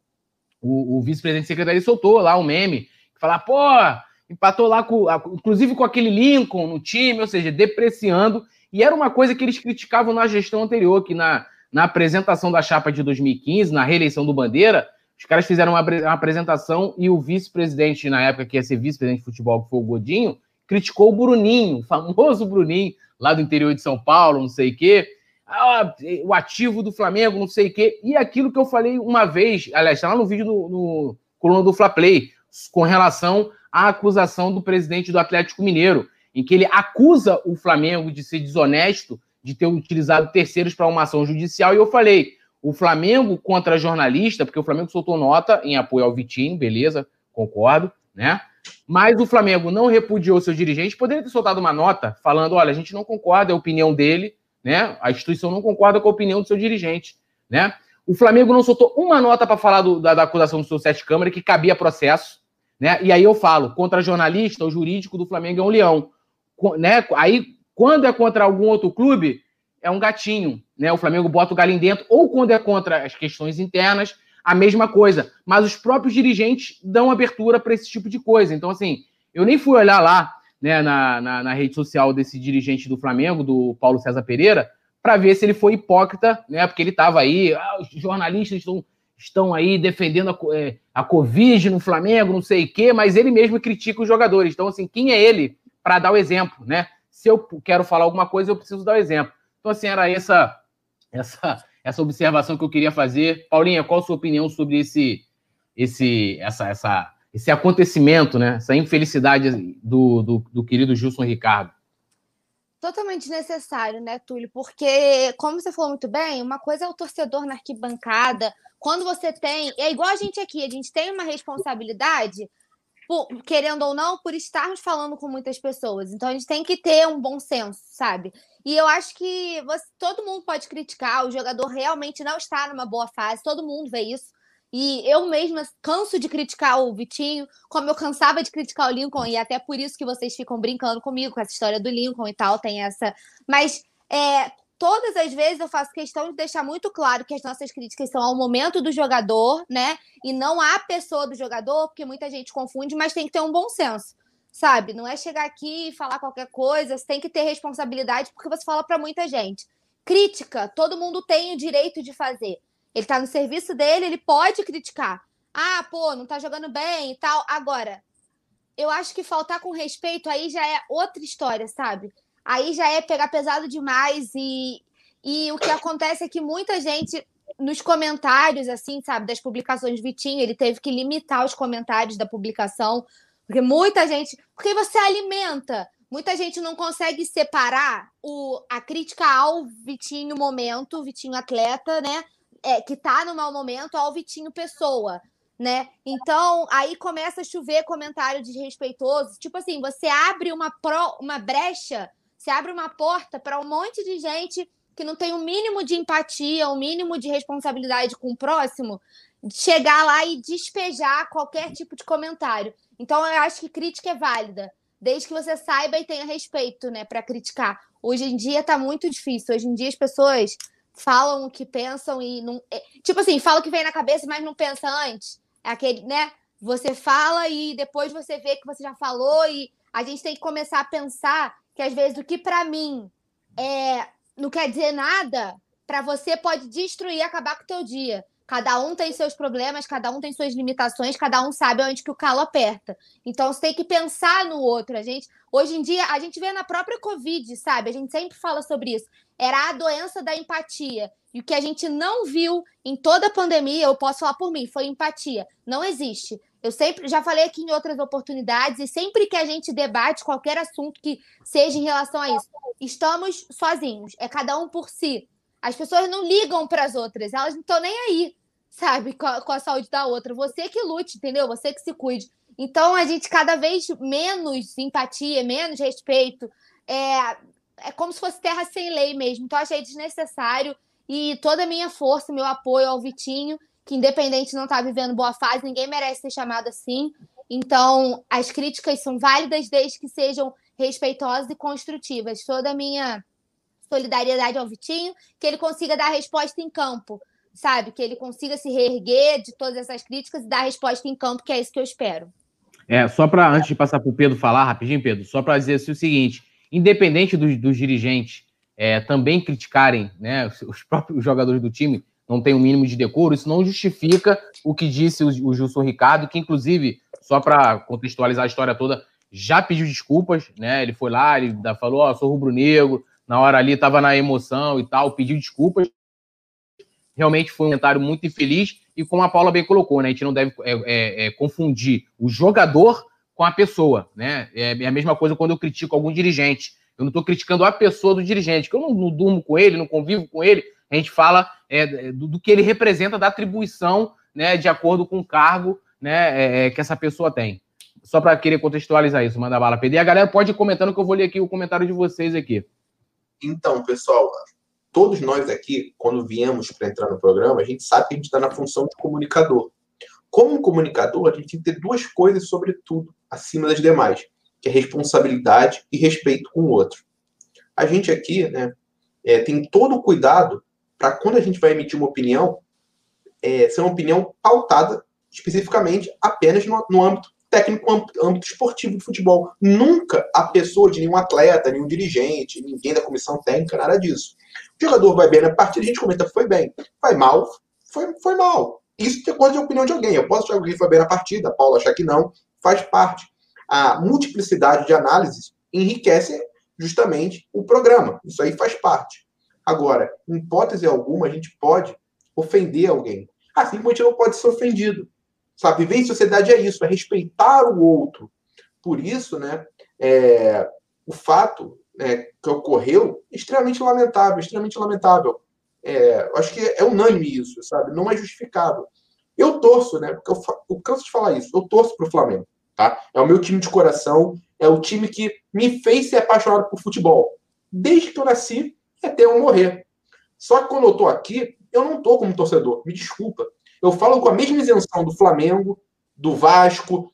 o vice-presidente de secretaria soltou lá um meme, que fala, pô, empatou lá, inclusive com aquele Lincoln no time, ou seja, depreciando. E era uma coisa que eles criticavam na gestão anterior, que na apresentação da chapa de 2015, na reeleição do Bandeira, os caras fizeram uma apresentação e o vice-presidente, na época que ia ser vice-presidente de futebol, que foi o Godinho, criticou o Bruninho, o famoso Bruninho, lá do interior de São Paulo, não sei o quê. O ativo do Flamengo, não sei o quê. E aquilo que eu falei uma vez, aliás, está lá no vídeo no coluna do Fla Play, com relação à acusação do presidente do Atlético Mineiro, em que ele acusa o Flamengo de ser desonesto, de ter utilizado terceiros para uma ação judicial, e eu falei, o Flamengo contra jornalista, porque o Flamengo soltou nota em apoio ao Vitinho, beleza, concordo, né? Mas o Flamengo não repudiou seu dirigente, poderia ter soltado uma nota falando, olha, a gente não concorda, é a opinião dele, né? A instituição não concorda com a opinião do seu dirigente, né? O Flamengo não soltou uma nota para falar da acusação do seu Sete Câmara, que cabia processo, né? E aí eu falo, contra jornalista, o jurídico do Flamengo é um leão, né? Aí, quando é contra algum outro clube, é um gatinho, né? O Flamengo bota o galinho dentro, ou quando é contra as questões internas, a mesma coisa. Mas os próprios dirigentes dão abertura para esse tipo de coisa. Então, assim, eu nem fui olhar lá, né, na rede social desse dirigente do Flamengo, do Paulo César Pereira, para ver se ele foi hipócrita, né? Porque ele estava aí, os jornalistas estão aí defendendo a Covid no Flamengo, não sei o quê, mas ele mesmo critica os jogadores. Então, assim, quem é ele para dar o exemplo, né? Se eu quero falar alguma coisa, eu preciso dar o exemplo. Então, assim, era essa observação que eu queria fazer. Paulinha, qual a sua opinião sobre esse acontecimento, né? Essa infelicidade do querido Gilson Ricardo? Totalmente necessário, né, Túlio? Porque, como você falou muito bem, uma coisa é o torcedor na arquibancada. Quando você tem... É igual a gente aqui, a gente tem uma responsabilidade, querendo ou não, por estarmos falando com muitas pessoas. Então, a gente tem que ter um bom senso, sabe? E eu acho que todo mundo pode criticar, o jogador realmente não está numa boa fase, todo mundo vê isso. E eu mesma canso de criticar o Vitinho, como eu cansava de criticar o Lincoln, e até por isso que vocês ficam brincando comigo com essa história do Lincoln e tal, tem essa... Mas todas as vezes eu faço questão de deixar muito claro que as nossas críticas são ao momento do jogador, né? E não à pessoa do jogador, porque muita gente confunde, mas tem que ter um bom senso, sabe? Não é chegar aqui e falar qualquer coisa, você tem que ter responsabilidade, porque você fala para muita gente. Crítica, todo mundo tem o direito de fazer. Ele tá no serviço dele, ele pode criticar. Ah, pô, não tá jogando bem e tal. Agora, eu acho que faltar com respeito aí já é outra história, sabe? Aí já é pegar pesado demais e o que acontece é que muita gente, nos comentários, assim, sabe, das publicações do Vitinho, ele teve que limitar os comentários da publicação, porque muita gente... Porque você alimenta. Muita gente não consegue separar a crítica ao Vitinho momento, Vitinho atleta, né? Que tá no mau momento, ao Vitinho pessoa, né? Então, aí começa a chover comentário desrespeitoso. Tipo assim, você abre uma brecha, você abre uma porta para um monte de gente que não tem o mínimo de empatia, o mínimo de responsabilidade com o próximo, chegar lá e despejar qualquer tipo de comentário. Então, eu acho que crítica é válida, desde que você saiba e tenha respeito, né, para criticar. Hoje em dia tá muito difícil. Hoje em dia as pessoas falam o que pensam e não... Tipo assim, fala o que vem na cabeça, mas não pensa antes. É aquele, né? Você fala e depois você vê que você já falou e a gente tem que começar a pensar que às vezes o que para mim não quer dizer nada, para você pode destruir e acabar com o teu dia. Cada um tem seus problemas, cada um tem suas limitações, cada um sabe onde que o calo aperta. Então, você tem que pensar no outro. Hoje em dia, a gente vê na própria Covid, sabe? A gente sempre fala sobre isso. Era a doença da empatia. E o que a gente não viu em toda a pandemia, eu posso falar por mim, foi empatia. Não existe. Eu sempre já falei aqui em outras oportunidades, e sempre que a gente debate qualquer assunto que seja em relação a isso, estamos sozinhos, é cada um por si. As pessoas não ligam para as outras, elas não estão nem aí, sabe, com a saúde da outra. Você que lute, entendeu? Você que se cuide. Então, a gente cada vez menos simpatia, menos respeito. É como se fosse terra sem lei mesmo. Então, achei desnecessário. E toda a minha força, meu apoio ao Vitinho, que independente não tá vivendo boa fase, ninguém merece ser chamado assim. Então, as críticas são válidas desde que sejam respeitosas e construtivas. Toda a minha solidariedade ao Vitinho, que ele consiga dar resposta em campo, sabe? Que ele consiga se reerguer de todas essas críticas e dar resposta em campo, que é isso que eu espero. Só para, antes de passar para o Pedro falar, rapidinho, Pedro, só para dizer assim, o seguinte, independente dos dirigentes também criticarem, né, os próprios jogadores do time não têm um mínimo de decoro, isso não justifica o que disse o Gilson Ricardo, que inclusive, só para contextualizar a história toda, já pediu desculpas, né, ele foi lá, ele falou, sou rubro-negro, na hora ali estava na emoção e tal, pediu desculpas. Realmente foi um comentário muito infeliz e como a Paula bem colocou, né, a gente não deve confundir o jogador com a pessoa, né? É a mesma coisa quando eu critico algum dirigente. Eu não estou criticando a pessoa do dirigente, que eu não durmo com ele, não convivo com ele. A gente fala do que ele representa, da atribuição, né, de acordo com o cargo, né, que essa pessoa tem. Só para querer contextualizar isso, manda bala, Pedro. E a galera pode ir comentando que eu vou ler aqui o comentário de vocês aqui. Então, pessoal, todos nós aqui, quando viemos para entrar no programa, a gente sabe que a gente está na função de comunicador. Como comunicador, a gente tem que ter duas coisas, sobretudo, acima das demais, que é responsabilidade e respeito com o outro. A gente aqui, né, tem todo o cuidado para quando a gente vai emitir uma opinião, ser uma opinião pautada especificamente apenas no âmbito técnico, âmbito esportivo de futebol. Nunca a pessoa de nenhum atleta, nenhum dirigente, ninguém da comissão técnica, nada disso. O jogador vai bem na partida, a gente comenta foi bem. Vai mal, foi mal. Isso de acordo com a opinião de alguém. Eu posso achar que alguém foi bem na partida, a Paula achar que não, faz parte. A multiplicidade de análises enriquece justamente o programa. Isso aí faz parte. Agora, em hipótese alguma, a gente pode ofender alguém. Assim como a gente não pode ser ofendido. Sabe, viver em sociedade é isso, é respeitar o outro. Por isso, né, o fato que ocorreu é extremamente lamentável, extremamente lamentável. Acho que é unânime isso, sabe? Não é justificável. Eu torço, né? Porque eu canso de falar isso. Eu torço pro Flamengo, tá? É o meu time de coração, é o time que me fez ser apaixonado por futebol. Desde que eu nasci até eu morrer. Só que quando eu tô aqui, eu não tô como torcedor. Me desculpa. Eu falo com a mesma isenção do Flamengo, do Vasco,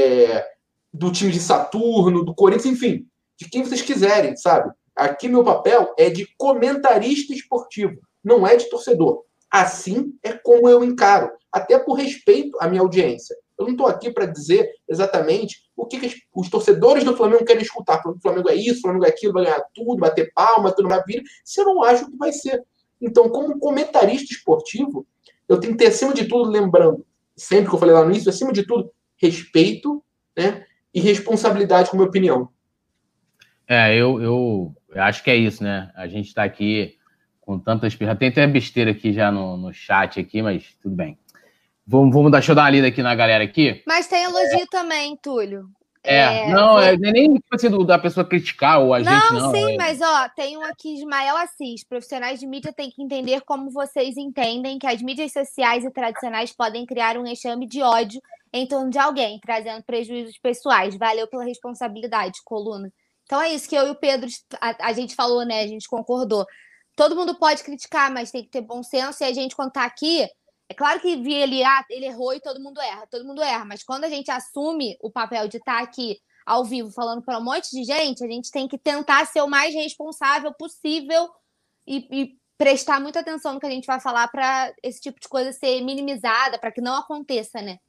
do time de Saturno, do Corinthians, enfim, de quem vocês quiserem, sabe? Aqui meu papel é de comentarista esportivo, não é de torcedor. Assim é como eu encaro, até por respeito à minha audiência. Eu não estou aqui para dizer exatamente o que os torcedores do Flamengo querem escutar. O Flamengo é isso, o Flamengo é aquilo, vai ganhar tudo, bater palma, tudo maravilha. Se eu não acho que vai ser. Então, como comentarista esportivo, eu tenho que ter, acima de tudo, lembrando, sempre que eu falei lá no início, acima de tudo, respeito, né, e responsabilidade com a minha opinião. Eu acho que é isso, né? A gente está aqui com tantas... Já tem até besteira aqui já no chat aqui, mas tudo bem. Deixa eu dar uma lida aqui na galera aqui. Mas tem elogio também, Túlio. Não é nem tipo assim, da pessoa criticar ou a gente, não. Sim, mas tem um aqui, Ismael Assis. Profissionais de mídia têm que entender como vocês entendem que as mídias sociais e tradicionais podem criar um enxame de ódio em torno de alguém, trazendo prejuízos pessoais. Valeu pela responsabilidade, coluna. Então é isso que eu e o Pedro, a gente falou, né? A gente concordou. Todo mundo pode criticar, mas tem que ter bom senso. E a gente, quando tá aqui, é claro que vi ele errou e todo mundo erra. Mas quando a gente assume o papel de estar aqui ao vivo falando para um monte de gente, a gente tem que tentar ser o mais responsável possível e prestar muita atenção no que a gente vai falar para esse tipo de coisa ser minimizada, para que não aconteça, né?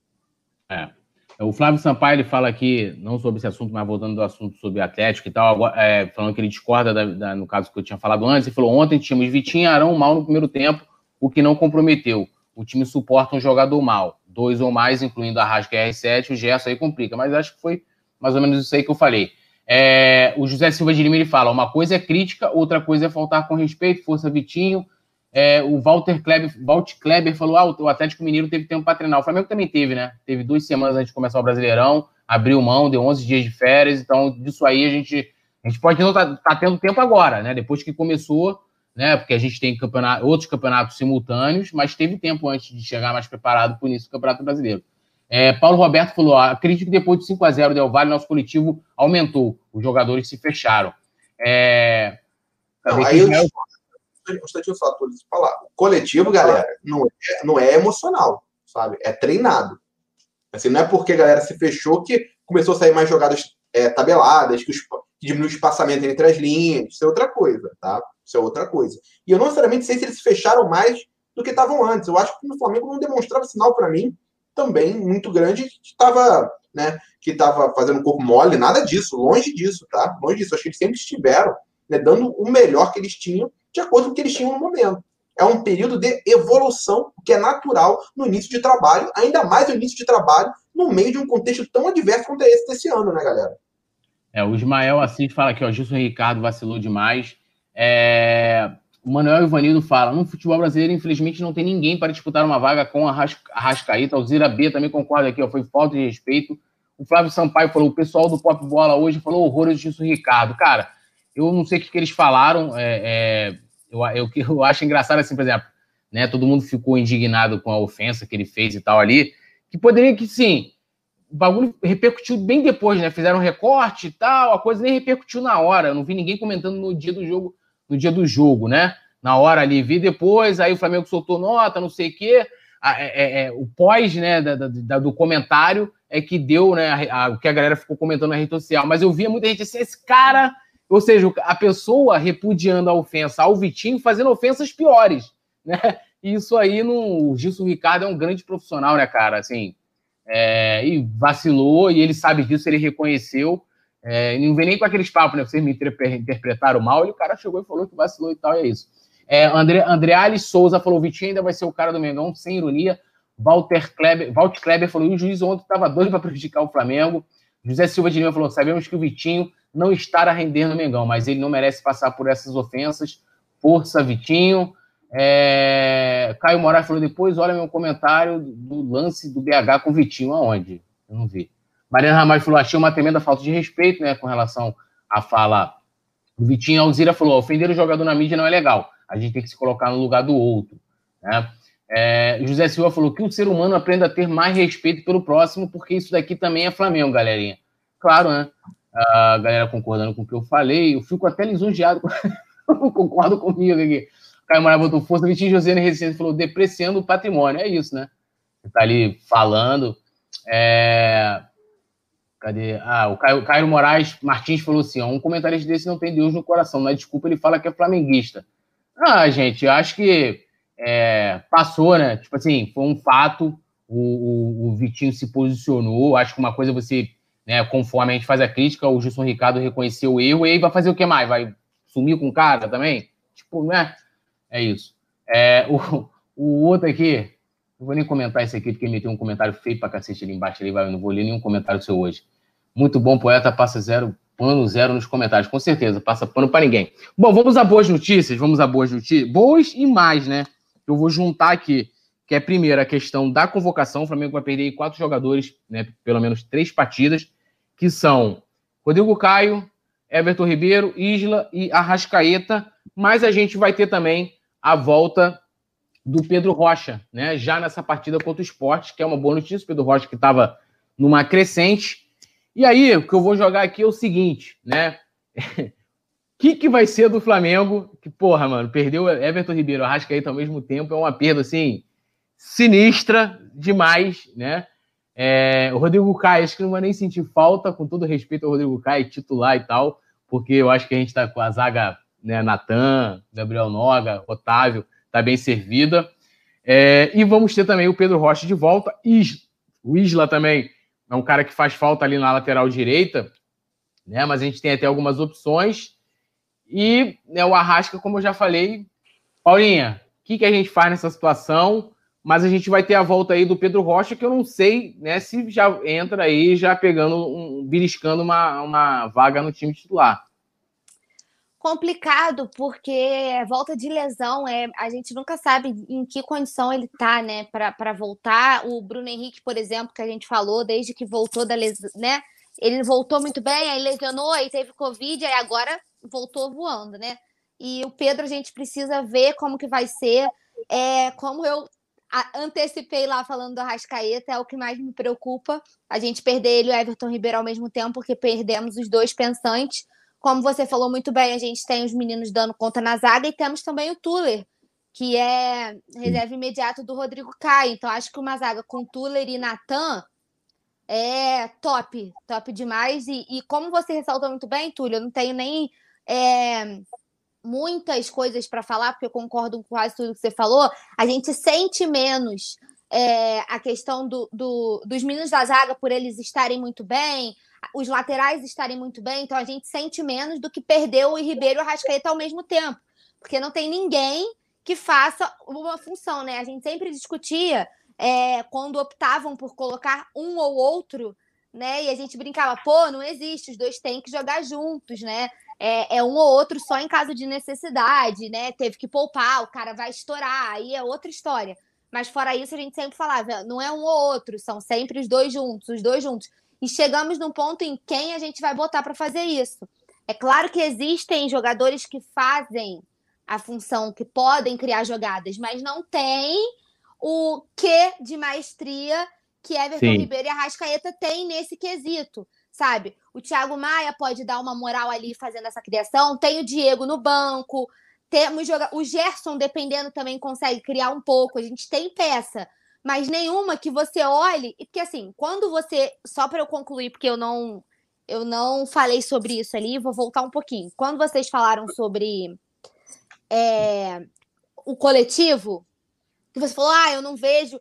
O Flávio Sampaio, ele fala aqui, não sobre esse assunto, mas voltando do assunto sobre Atlético e tal, falando que ele discorda, no caso que eu tinha falado antes, ele falou, ontem tínhamos Vitinho e Arão mal no primeiro tempo, o que não comprometeu. O time suporta um jogador mal. 2 ou mais, incluindo a Rasca e R7, o Gerson aí complica. Mas acho que foi mais ou menos isso aí que eu falei. O José Silva de Lima, ele fala, uma coisa é crítica, outra coisa é faltar com respeito, força Vitinho. O Walter Kleber falou, o Atlético Mineiro teve tempo para treinar. O Flamengo também teve, né? Teve 2 semanas antes de começar o Brasileirão, abriu mão, deu 11 dias de férias, então disso aí a gente pode não tá tendo tempo agora, né? Depois que começou, né? Porque a gente tem outros campeonatos simultâneos, mas teve tempo antes de chegar mais preparado para o início do Campeonato Brasileiro. Paulo Roberto falou, acredito que depois de 5-0 do Del Valle, nosso coletivo aumentou, os jogadores se fecharam. Não, aí um instantinho só, tô falar. O coletivo, galera, não é emocional, sabe? É treinado. Assim, não é porque a galera se fechou que começou a sair mais jogadas tabeladas, que diminuiu o espaçamento entre as linhas. Isso é outra coisa, tá? Isso é outra coisa. E eu não necessariamente sei se eles se fecharam mais do que estavam antes. Eu acho que o Flamengo não demonstrava sinal para mim também muito grande que estava, né, fazendo corpo mole, nada disso, longe disso, tá? Longe disso. Acho que eles sempre estiveram, né, dando o melhor que eles tinham de acordo com o que eles tinham no momento. É um período de evolução, que é natural no início de trabalho, ainda mais no início de trabalho, no meio de um contexto tão adverso quanto é esse desse ano, né, galera? O Ismael Assis fala aqui, Gilson Ricardo vacilou demais. O Manuel Ivanildo fala, no futebol brasileiro, infelizmente, não tem ninguém para disputar uma vaga com a Arrascaeta. O Zira B também concorda aqui, foi falta de respeito. O Flávio Sampaio falou, o pessoal do Pop Bola hoje falou horrores do Gilson Ricardo. Cara, eu não sei o que eles falaram, eu acho engraçado assim, por exemplo, né, todo mundo ficou indignado com a ofensa que ele fez e tal ali, que poderia que, sim, o bagulho repercutiu bem depois, né, fizeram um recorte e tal, a coisa nem repercutiu na hora, eu não vi ninguém comentando no dia do jogo, né, na hora ali, vi depois, aí o Flamengo soltou nota, não sei o quê, o pós, né, do comentário é que deu, né, o que a galera ficou comentando na rede social, mas eu via muita gente assim, esse cara... Ou seja, a pessoa repudiando a ofensa ao Vitinho, fazendo ofensas piores, né? E isso aí, o Gilson Ricardo é um grande profissional, né, cara? Assim, e vacilou, e ele sabe disso, ele reconheceu. Não vem nem com aqueles papos, né? Vocês me interpretaram mal, e o cara chegou e falou que vacilou e tal, e é isso. André Alice Souza falou, o Vitinho ainda vai ser o cara do Mengão, sem ironia. Walter Kleber falou, e o juiz ontem estava doido para prejudicar o Flamengo. José Silva de Lima falou, sabemos que o Vitinho não estará a render no Mengão, mas ele não merece passar por essas ofensas. Força, Vitinho. Caio Moraes falou, depois olha meu comentário do lance do BH com o Vitinho. Aonde? Eu não vi. Mariana Ramalho falou, achei uma tremenda falta de respeito, né, com relação à fala do Vitinho. Alzira falou, ofender o jogador na mídia não é legal. A gente tem que se colocar no lugar do outro, né? José Silva falou que o ser humano aprenda a ter mais respeito pelo próximo, porque isso daqui também é Flamengo, galerinha. Claro, né? A galera concordando com o que eu falei, eu fico até lisonjeado, concordo comigo aqui. Caio Moraes botou força, Vitinho José Resistência falou, depreciando o patrimônio, é isso, né? Você tá ali falando. Cadê? O Caio Moraes Martins falou assim, um comentarista desse não tem Deus no coração, não é desculpa, ele fala que é flamenguista. Gente, eu acho que passou, né? Tipo assim, foi um fato, o Vitinho se posicionou, acho que uma coisa você... Né, conforme a gente faz a crítica, o Gilson Ricardo reconheceu o erro, e aí vai fazer o que mais? Vai sumir com o cara também? Tipo, né? É isso. O outro aqui, não vou nem comentar isso aqui, porque ele meteu um comentário feio pra cacete ali embaixo, eu não vou ler nenhum comentário seu hoje. Muito bom, poeta, passa pano zero nos comentários, com certeza, passa pano pra ninguém. Bom, vamos a boas notícias, boas e mais, né? Eu vou juntar aqui, que é primeiro a questão da convocação, o Flamengo vai perder 4 jogadores, né, pelo menos 3 partidas, que são Rodrigo Caio, Everton Ribeiro, Isla e Arrascaeta, mas a gente vai ter também a volta do Pedro Rocha, né, já nessa partida contra o Sport, que é uma boa notícia, o Pedro Rocha que estava numa crescente. E aí, o que eu vou jogar aqui é o seguinte, né, o que vai ser do Flamengo, que, porra, mano, perdeu Everton Ribeiro e Arrascaeta ao mesmo tempo, é uma perda, assim, sinistra demais, né? O Rodrigo Caio, acho que não vai nem sentir falta, com todo respeito ao Rodrigo Caio, titular e tal, porque eu acho que a gente tá com a zaga, né, Natan, Gabriel Noga, Otávio, tá bem servida. E vamos ter também o Pedro Rocha de volta. O Isla também é um cara que faz falta ali na lateral direita, né? Mas a gente tem até algumas opções. E, né, o Arrasca, como eu já falei. Paulinha, o que a gente faz nessa situação? Mas a gente vai ter a volta aí do Pedro Rocha, que eu não sei, né, se já entra aí, já beliscando uma vaga no time titular. complicado, porque volta de lesão, a gente nunca sabe em que condição ele tá, né, para voltar. O Bruno Henrique, por exemplo, que a gente falou, desde que voltou da lesão, né, ele voltou muito bem, aí lesionou, aí teve Covid, aí agora voltou voando, né? E o Pedro, a gente precisa ver como que vai ser. Como eu antecipei lá falando do Arrascaeta, é o que mais me preocupa. A gente perder ele e o Everton Ribeiro ao mesmo tempo, porque perdemos os dois pensantes. Como você falou muito bem, a gente tem os meninos dando conta na zaga e temos também o Tuller, que é reserva imediato do Rodrigo Caio. Então, acho que uma zaga com Tuller e Natan é top demais. E como você ressaltou muito bem, Túlio, eu não tenho nem muitas coisas para falar, porque eu concordo com quase tudo que você falou. A gente sente menos a questão dos meninos da zaga por eles estarem muito bem, os laterais estarem muito bem, então a gente sente menos do que perder o Ribeiro e o Arrascaeta ao mesmo tempo, porque não tem ninguém que faça uma função, né? A gente sempre discutia quando optavam por colocar um ou outro, né? E a gente brincava, pô, não existe, os dois têm que jogar juntos, né? Um ou outro só em caso de necessidade, né? Teve que poupar, o cara vai estourar, aí é outra história. Mas fora isso, a gente sempre falava, não é um ou outro, são sempre os dois juntos. E chegamos num ponto em quem a gente vai botar para fazer isso. É claro que existem jogadores que fazem a função, que podem criar jogadas, mas não tem o quê de maestria que Everton Ribeiro e Arrascaeta têm nesse quesito, sabe? O Thiago Maia pode dar uma moral ali fazendo essa criação, tem o Diego no banco, temos o Gerson, dependendo, também consegue criar um pouco, a gente tem peça, mas nenhuma que você olhe, porque assim, quando você, só para eu concluir, porque eu não falei sobre isso ali, vou voltar um pouquinho. Quando vocês falaram sobre o coletivo, que você falou, eu não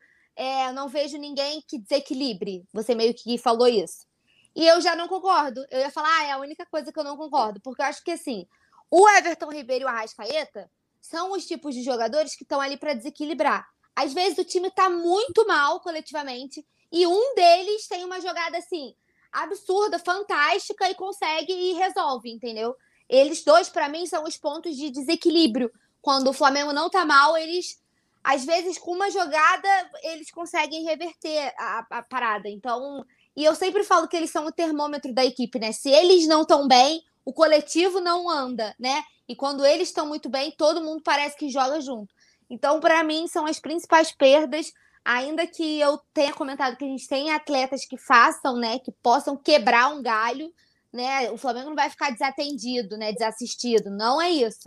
vejo ninguém que desequilibre. Você meio que falou isso. E eu já não concordo. Eu ia falar, é a única coisa que eu não concordo. Porque eu acho que, assim, o Everton Ribeiro e o Arrascaeta são os tipos de jogadores que estão ali para desequilibrar. Às vezes o time tá muito mal coletivamente e um deles tem uma jogada, assim, absurda, fantástica e consegue e resolve, entendeu? Eles dois, para mim, são os pontos de desequilíbrio. Quando o Flamengo não tá mal, eles... Às vezes, com uma jogada, eles conseguem reverter a parada. Então, e eu sempre falo que eles são o termômetro da equipe, né? Se eles não estão bem, o coletivo não anda, né? E quando eles estão muito bem, todo mundo parece que joga junto. Então, para mim, são as principais perdas, ainda que eu tenha comentado que a gente tem atletas que façam, né? Que possam quebrar um galho, né? O Flamengo não vai ficar desatendido, né? Desassistido. Não é isso.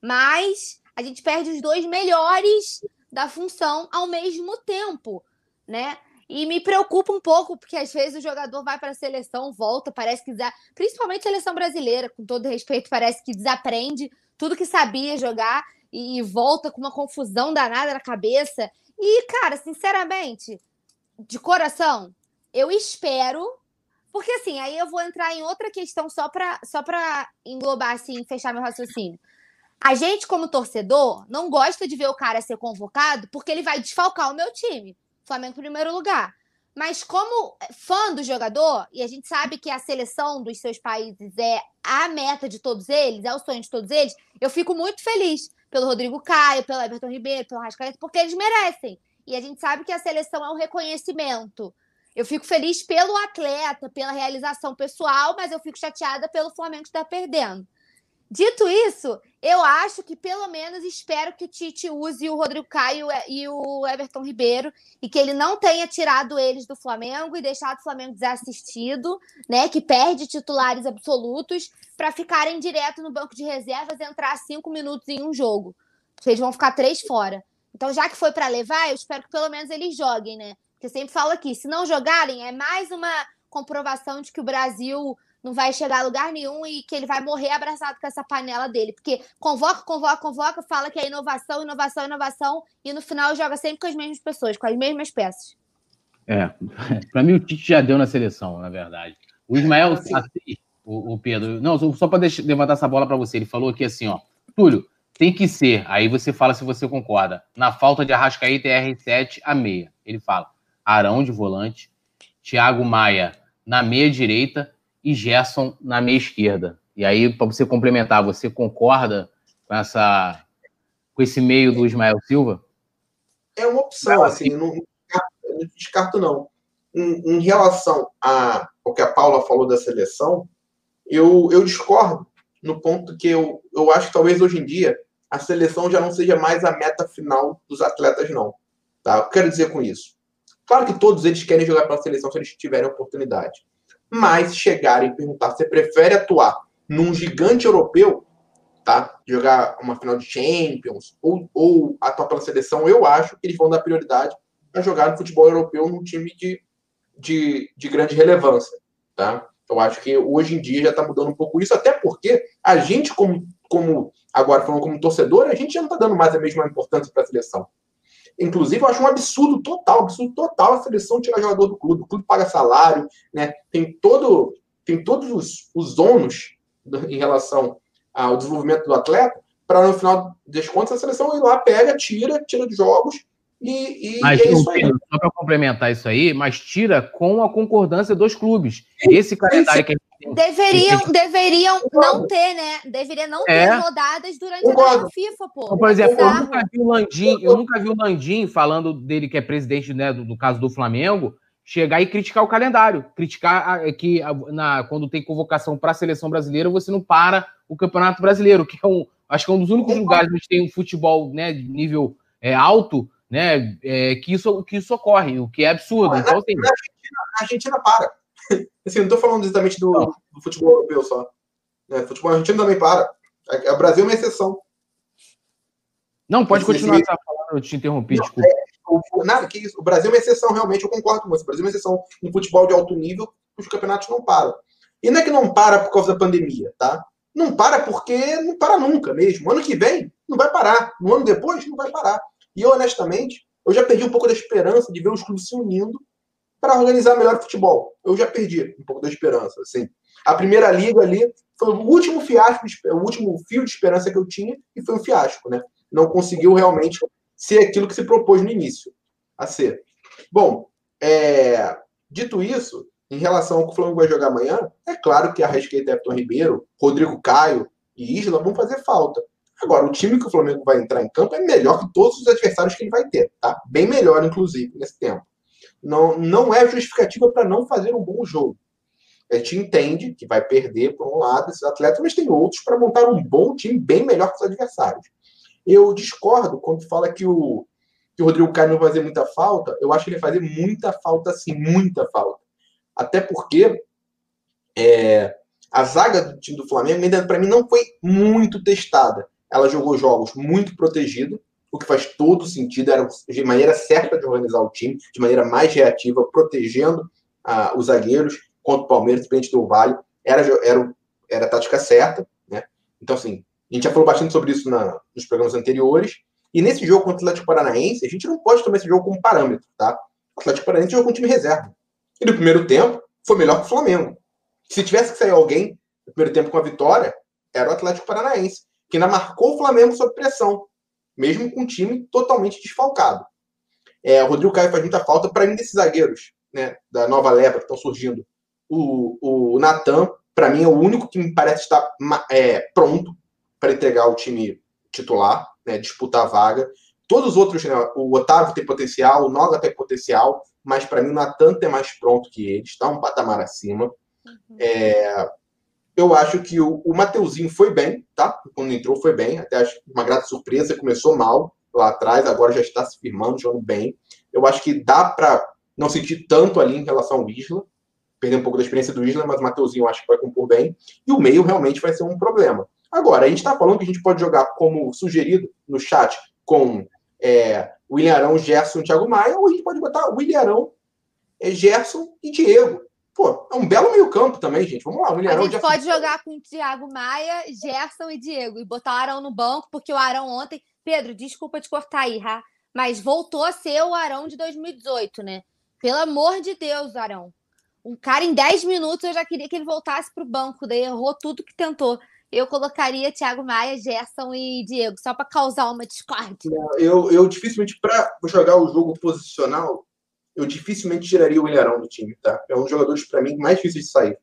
Mas a gente perde os dois melhores da função ao mesmo tempo, né? E me preocupa um pouco, porque às vezes o jogador vai para a seleção, volta, parece que... Principalmente a seleção brasileira, com todo respeito, parece que desaprende tudo que sabia jogar e volta com uma confusão danada na cabeça. E, cara, sinceramente, de coração, eu espero... Porque, assim, aí eu vou entrar em outra questão só para englobar, assim, fechar meu raciocínio. A gente, como torcedor, não gosta de ver o cara ser convocado porque ele vai desfalcar o meu time. Flamengo em primeiro lugar. Mas como fã do jogador, e a gente sabe que a seleção dos seus países é a meta de todos eles, é o sonho de todos eles, eu fico muito feliz pelo Rodrigo Caio, pelo Everton Ribeiro, pelo Arrascaeta, porque eles merecem. E a gente sabe que a seleção é um reconhecimento. Eu fico feliz pelo atleta, pela realização pessoal, mas eu fico chateada pelo Flamengo estar perdendo. Dito isso, eu acho que pelo menos espero que o Tite use o Rodrigo Caio e o Everton Ribeiro e que ele não tenha tirado eles do Flamengo e deixado o Flamengo desassistido, né? Que perde titulares absolutos para ficarem direto no banco de reservas e entrar 5 minutos em um jogo. Porque eles vão ficar 3 fora. Então, já que foi para levar, eu espero que pelo menos eles joguem, né? Porque eu sempre falo aqui, se não jogarem, é mais uma comprovação de que o Brasil não vai chegar a lugar nenhum e que ele vai morrer abraçado com essa panela dele. Porque convoca, fala que é inovação, e no final joga sempre com as mesmas pessoas, com as mesmas peças. Para mim o Tite já deu na seleção, na verdade. O Ismael, assim, o Pedro... Não, só para levantar essa bola para você, ele falou aqui assim, ó, Túlio, tem que ser, aí você fala se você concorda, na falta de Arrascaeta e R7, a meia. Ele fala, Arão de volante, Thiago Maia na meia direita, e Gerson na meia esquerda. E aí, para você complementar, você concorda com esse meio do Ismael Silva? É uma opção, assim, eu não descarto, não. Em relação ao que a Paula falou da seleção, eu discordo no ponto que eu acho que talvez hoje em dia a seleção já não seja mais a meta final dos atletas, não. Tá? O que eu quero dizer com isso? Claro que todos eles querem jogar pela seleção se eles tiverem oportunidade. Mas se chegarem e perguntar se você prefere atuar num gigante europeu, tá? Jogar uma final de Champions ou atuar pela seleção, eu acho que eles vão dar prioridade a jogar no futebol europeu num time de grande relevância, tá? Eu acho que hoje em dia já está mudando um pouco isso, até porque a gente, como agora falando como torcedor, a gente já não está dando mais a mesma importância para a seleção. Inclusive, eu acho um absurdo total a seleção tirar jogador do clube. O clube paga salário, né? Tem todos os ônus em relação ao desenvolvimento do atleta, para no final das contas a seleção ir lá, pega, tira de jogos mas, é isso aí. Só para complementar isso aí, mas tira com a concordância dos clubes. Esse calendário que a gente tem... Deveriam não ter, né? Deveria não ter rodadas durante a data FIFA, pô. Então, por exemplo, eu nunca vi o Landim falando dele, que é presidente, né, do caso do Flamengo, chegar e criticar o calendário. Criticar quando tem convocação para a seleção brasileira, você não para o Campeonato Brasileiro, que acho que é um dos únicos lugares onde tem um futebol, né, de nível alto, né, que isso ocorre, o que é absurdo. Então, assim, a Argentina para. Assim, não estou falando exatamente do futebol europeu só. O futebol argentino também para. O Brasil é uma exceção. Não, pode continuar falando, eu te interrompi, desculpa. Nada, que isso. O Brasil é uma exceção, realmente, eu concordo com você. O Brasil é uma exceção no futebol de alto nível, os campeonatos não param. E não é que não para por causa da pandemia, tá? Não para porque não para nunca mesmo. Ano que vem, não vai parar. No ano depois, não vai parar. E eu, honestamente, eu já perdi um pouco da esperança de ver os clubes se unindo para organizar melhor o futebol. Eu já perdi um pouco da esperança, assim. A primeira liga ali foi o último fiasco, o último fio de esperança que eu tinha, e foi um fiasco, né? Não conseguiu realmente ser aquilo que se propôs no início a ser. Bom, dito isso, em relação ao que o Flamengo vai jogar amanhã, é claro que Arrascaeta, Everton Ribeiro, Rodrigo Caio e Isla vão fazer falta. Agora, o time que o Flamengo vai entrar em campo é melhor que todos os adversários que ele vai ter, tá? Bem melhor, inclusive, nesse tempo. Não é justificativa para não fazer um bom jogo. A gente entende que vai perder por um lado esses atletas, mas tem outros para montar um bom time bem melhor que os adversários. Eu discordo quando fala que o Rodrigo Caio não vai fazer muita falta. Eu acho que ele vai fazer muita falta, sim, muita falta. Até porque a zaga do time do Flamengo, ainda para mim, não foi muito testada. Ela jogou jogos muito protegido, o que faz todo sentido, era de maneira certa de organizar o time, de maneira mais reativa, protegendo os zagueiros contra o Palmeiras, Independente do Vale, era a tática certa, né? Então, assim, a gente já falou bastante sobre isso nos programas anteriores, e nesse jogo contra o Atlético Paranaense, a gente não pode tomar esse jogo como parâmetro, tá? O Atlético Paranaense jogou com um time reserva. E no primeiro tempo, foi melhor que o Flamengo. Se tivesse que sair alguém no primeiro tempo com a vitória, era o Atlético Paranaense, que ainda marcou o Flamengo sob pressão, mesmo com o time totalmente desfalcado. O Rodrigo Caio faz muita falta. Para mim, desses zagueiros, né, da nova leva que estão surgindo, o Natan, para mim, é o único que me parece estar pronto para entregar o time titular, né, disputar a vaga. Todos os outros, né, o Otávio tem potencial, o Noga tem potencial, mas para mim o Natan é mais pronto que ele, está um patamar acima. Uhum. Eu acho que o Mateuzinho foi bem, tá? Quando entrou foi bem, até acho uma grata surpresa, começou mal lá atrás, agora já está se firmando, jogando bem. Eu acho que dá para não sentir tanto ali em relação ao Isla, perder um pouco da experiência do Isla, mas o Mateuzinho eu acho que vai compor bem, e o meio realmente vai ser um problema. Agora, a gente está falando que a gente pode jogar como sugerido no chat com William Arão, Gerson e Thiago Maia, ou a gente pode botar William Arão, Gerson e Diego. Pô, é um belo meio-campo também, gente. Vamos lá, o Arão. A gente pode jogar com Thiago Maia, Gerson e Diego e botar o Arão no banco, porque o Arão ontem... Pedro, desculpa te cortar aí, mas voltou a ser o Arão de 2018, né? Pelo amor de Deus, Arão. Um cara em 10 minutos eu já queria que ele voltasse pro banco, daí errou tudo que tentou. Eu colocaria Thiago Maia, Gerson e Diego, só para causar uma discórdia. Eu dificilmente, para jogar o jogo posicional, eu dificilmente tiraria o Willian Arão do time, tá? É um dos jogadores, para mim, mais difíceis de sair.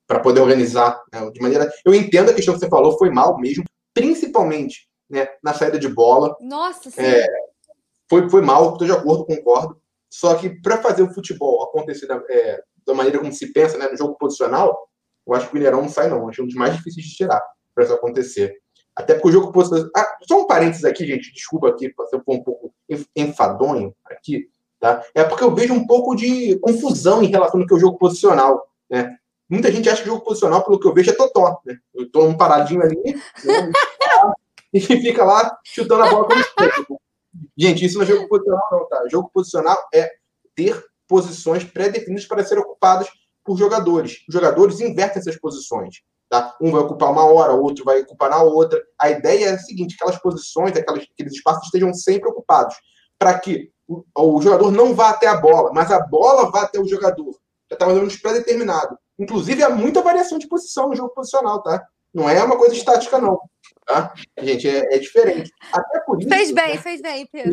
para poder organizar, né, de maneira... Eu entendo a questão que você falou, foi mal mesmo, principalmente, né, na saída de bola. Nossa, sim. Foi mal, estou de acordo, concordo. Só que para fazer o futebol acontecer da maneira como se pensa, né, no jogo posicional, eu acho que o Mineirão não sai, não. Acho um dos mais difíceis de tirar para isso acontecer. Até porque o jogo posicional... só um parênteses aqui, gente, desculpa aqui, se eu for um pouco enfadonho aqui, tá? É porque eu vejo um pouco de confusão em relação ao que é o jogo posicional, né? Muita gente acha que o jogo posicional, pelo que eu vejo, é totó, né? Eu estou num paradinho ali, né, e fica lá chutando a bola como tempo. Gente, isso não é jogo posicional, não, tá? Jogo posicional é ter posições pré-definidas para serem ocupadas por jogadores. Os jogadores invertem essas posições, tá? Um vai ocupar uma hora, o outro vai ocupar na outra. A ideia é a seguinte, aquelas posições, aqueles espaços estejam sempre ocupados, para que o jogador não vá até a bola, mas a bola vá até o jogador. Já está mais ou menos pré-determinado. Inclusive, há muita variação de posição no jogo posicional, tá? Não é uma coisa estática, não. Tá? Gente, é diferente. Até por isso... Fez bem, Pedro.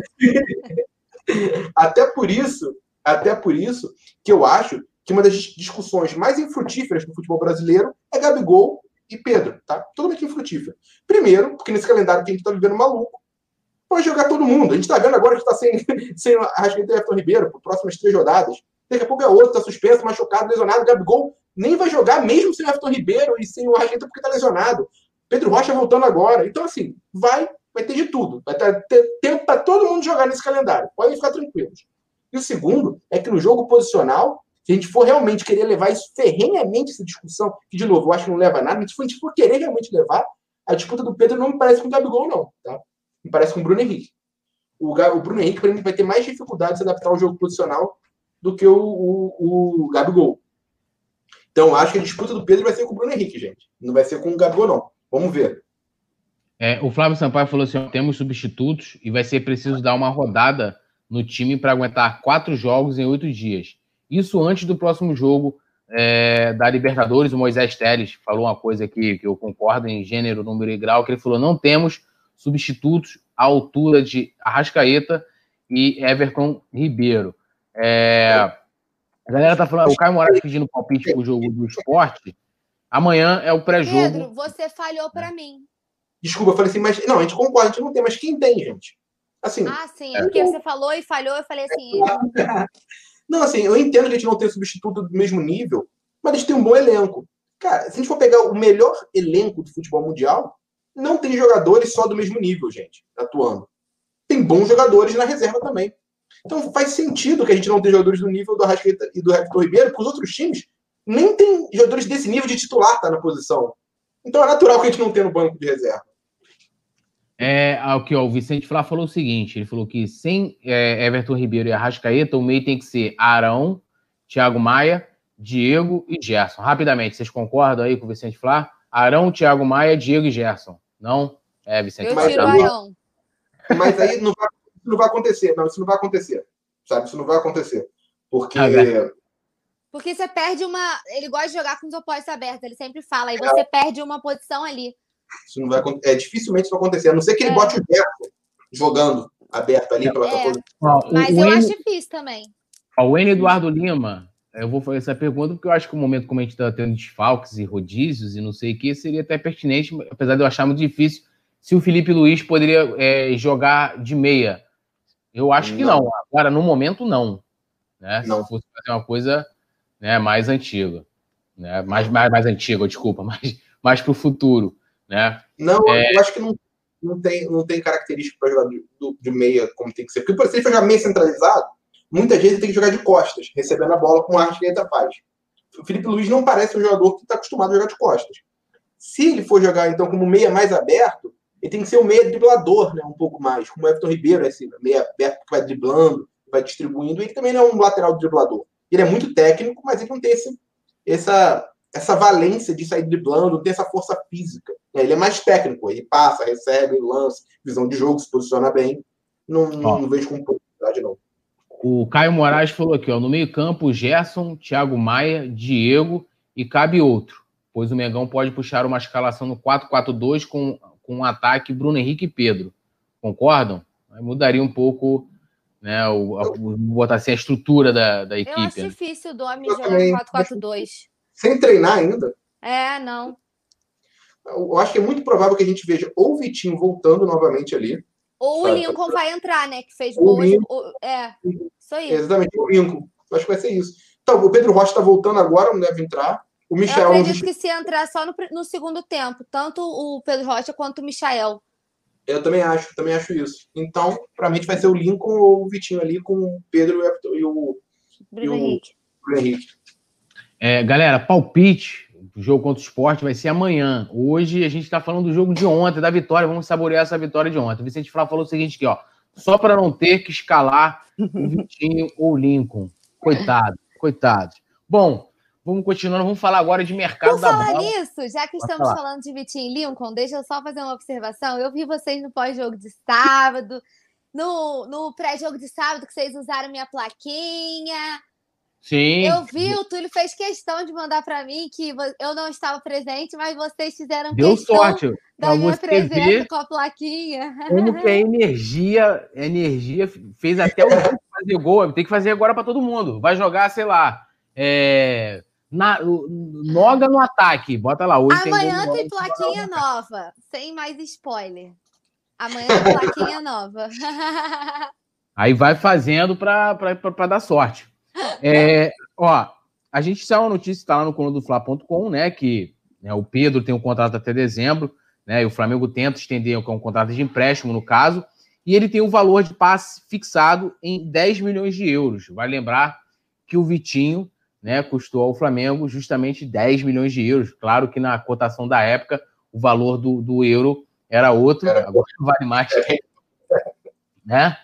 Até por isso que eu acho que uma das discussões mais infrutíferas do futebol brasileiro é Gabigol e Pedro, tá? Totalmente infrutífera. Primeiro, porque nesse calendário que a gente tá vivendo maluco, pode jogar todo mundo. A gente tá vendo agora que tá sem Arrascaeta e Everton Ribeiro por próximas 3 rodadas. Daqui a pouco é outro, tá suspenso, machucado, lesionado. Gabigol nem vai jogar mesmo sem o Everton Ribeiro e sem o Arrascaeta porque tá lesionado. Pedro Rocha voltando agora. Então, assim, vai ter de tudo. Vai ter tempo para todo mundo jogar nesse calendário. Podem ficar tranquilos. E o segundo é que no jogo posicional, se a gente for realmente querer levar isso ferrenhamente, essa discussão, que, de novo, eu acho que não leva a nada, mas se a gente for querer realmente levar, a disputa do Pedro não me parece com o Gabigol, não. Tá? Me parece com o Bruno Henrique. O Bruno Henrique, para mim, vai ter mais dificuldade de se adaptar ao jogo posicional do que o Gabigol. Então, eu acho que a disputa do Pedro vai ser com o Bruno Henrique, gente. Não vai ser com o Gabigol, não. Vamos ver. O Flávio Sampaio falou assim: temos substitutos e vai ser preciso dar uma rodada no time para aguentar 4 jogos em 8 dias. Isso antes do próximo jogo da Libertadores. O Moisés Teles falou uma coisa aqui que eu concordo em gênero, número e grau, que ele falou: não temos substitutos à altura de Arrascaeta e Everton Ribeiro. A galera tá falando, o Caio Moraes pedindo palpite pro jogo do Sport. Amanhã é o pré-jogo. Pedro, você falhou para mim. Desculpa, eu falei assim, mas não, a gente concorda, a gente não tem, mas quem tem, gente? Assim, sim, é porque você falou e falhou, eu falei assim... Não, assim, eu entendo que a gente não tem substituto do mesmo nível, mas a gente tem um bom elenco. Cara, se a gente for pegar o melhor elenco do futebol mundial, não tem jogadores só do mesmo nível, gente, atuando. Tem bons jogadores na reserva também. Então faz sentido que a gente não tenha jogadores do nível do Arrascaeta e do Everton Ribeiro, porque os outros times nem tem jogadores desse nível de titular tá na posição. Então é natural que a gente não tenha no banco de reserva. Aqui, o Vicente Flá falou o seguinte, ele falou que sem Everton Ribeiro e Arrascaeta, o meio tem que ser Arão, Thiago Maia, Diego e Gerson. Rapidamente, vocês concordam aí com o Vicente Flá? Arão, Thiago Maia, Diego e Gerson. Não? Vicente Flá. Eu tiro o Arão. Mas aí não vai acontecer. Não, isso não vai acontecer. Sabe? Isso não vai acontecer. Porque... Porque você perde uma... Ele gosta de jogar com os opostos abertos, ele sempre fala. E você perde uma posição ali. Isso não vai acontecer. Dificilmente isso vai acontecer. A não ser que ele bote o Gerson jogando aberto ali pela posição. Mas eu acho difícil também. O N. Eduardo Lima, eu vou fazer essa pergunta porque eu acho que o momento como a gente está tendo desfalques e rodízios e não sei o que, seria até pertinente, apesar de eu achar muito difícil, se o Felipe Luiz poderia jogar de meia. Eu acho que não. Agora, no momento, não. Né? Não. Se fosse fazer uma coisa, né, mais antiga. Né? Mais antiga, desculpa. Mais para o futuro. Né? Não, eu acho que não tem característica para jogar de meia como tem que ser. Porque, se ele for jogar meia centralizado, muitas vezes ele tem que jogar de costas, recebendo a bola com o Arrascaeta faz. O Felipe Luiz não parece um jogador que está acostumado a jogar de costas. Se ele for jogar, então, como meia mais aberto, ele tem que ser um meia driblador, né, um pouco mais, como o Everton Ribeiro, esse meia aberto que vai driblando, vai distribuindo. Ele também não é um lateral driblador. Ele é muito técnico, mas ele não tem essa valência de sair driblando, não tem essa força física. Ele é mais técnico, ele passa, recebe, lança, visão de jogo, se posiciona bem. Não vejo com possibilidade, não. O Caio Moraes falou aqui, no meio-campo, Gerson, Thiago Maia, Diego e cabe outro, pois o Mengão pode puxar uma escalação no 4-4-2 com um ataque Bruno Henrique e Pedro. Concordam? Aí mudaria um pouco, né, botar assim, a estrutura da equipe. Eu acho difícil o Domi jogar no 4-4-2. Sem treinar ainda. Não. Eu acho que é muito provável que a gente veja ou o Vitinho voltando novamente ali. Ou o Lincoln vai entrar, né? Que fez O boas. Lincoln. Isso aí. Exatamente, o Lincoln. Eu acho que vai ser isso. Então, o Pedro Rocha está voltando agora, não deve entrar. O Michael. Eu acredito que se entrar só no segundo tempo, tanto o Pedro Rocha quanto o Michael. Eu também acho isso. Então, para mim, vai ser o Lincoln ou o Vitinho ali com o Pedro e o Bruno Henrique. Galera, palpite. O jogo contra o Sport vai ser amanhã. Hoje a gente está falando do jogo de ontem, da vitória. Vamos saborear essa vitória de ontem. O Vicente Flá falou o seguinte aqui, ó. Só para não ter que escalar o Vitinho ou o Lincoln. Coitados. Bom, vamos continuando. Vamos falar agora de mercado da bola. Por falar nisso, já que estamos falando de Vitinho e Lincoln, deixa eu só fazer uma observação. Eu vi vocês no pós-jogo de sábado, no pré-jogo de sábado, que vocês usaram minha plaquinha. Sim. Eu vi, o Túlio fez questão de mandar para mim que eu não estava presente, mas vocês fizeram Deu questão sorte da minha presença com a plaquinha. Como que a energia fez até o fazer gol. Tem que fazer agora para todo mundo. Vai jogar, sei lá, Noga no ataque. Bota lá. Hoje amanhã tem plaquinha nova, sem mais spoiler. Amanhã tem plaquinha nova. Aí vai fazendo para dar sorte. A gente saiu uma notícia, está lá no colunadofla.com, né, que o Pedro tem um contrato até dezembro, né, e o Flamengo tenta estender um contrato de empréstimo, no caso, e ele tem um valor de passe fixado em 10 milhões de euros. Vai lembrar que o Vitinho, né, custou ao Flamengo justamente 10 milhões de euros. Claro que na cotação da época o valor do euro era outro, agora não vale mais. Né?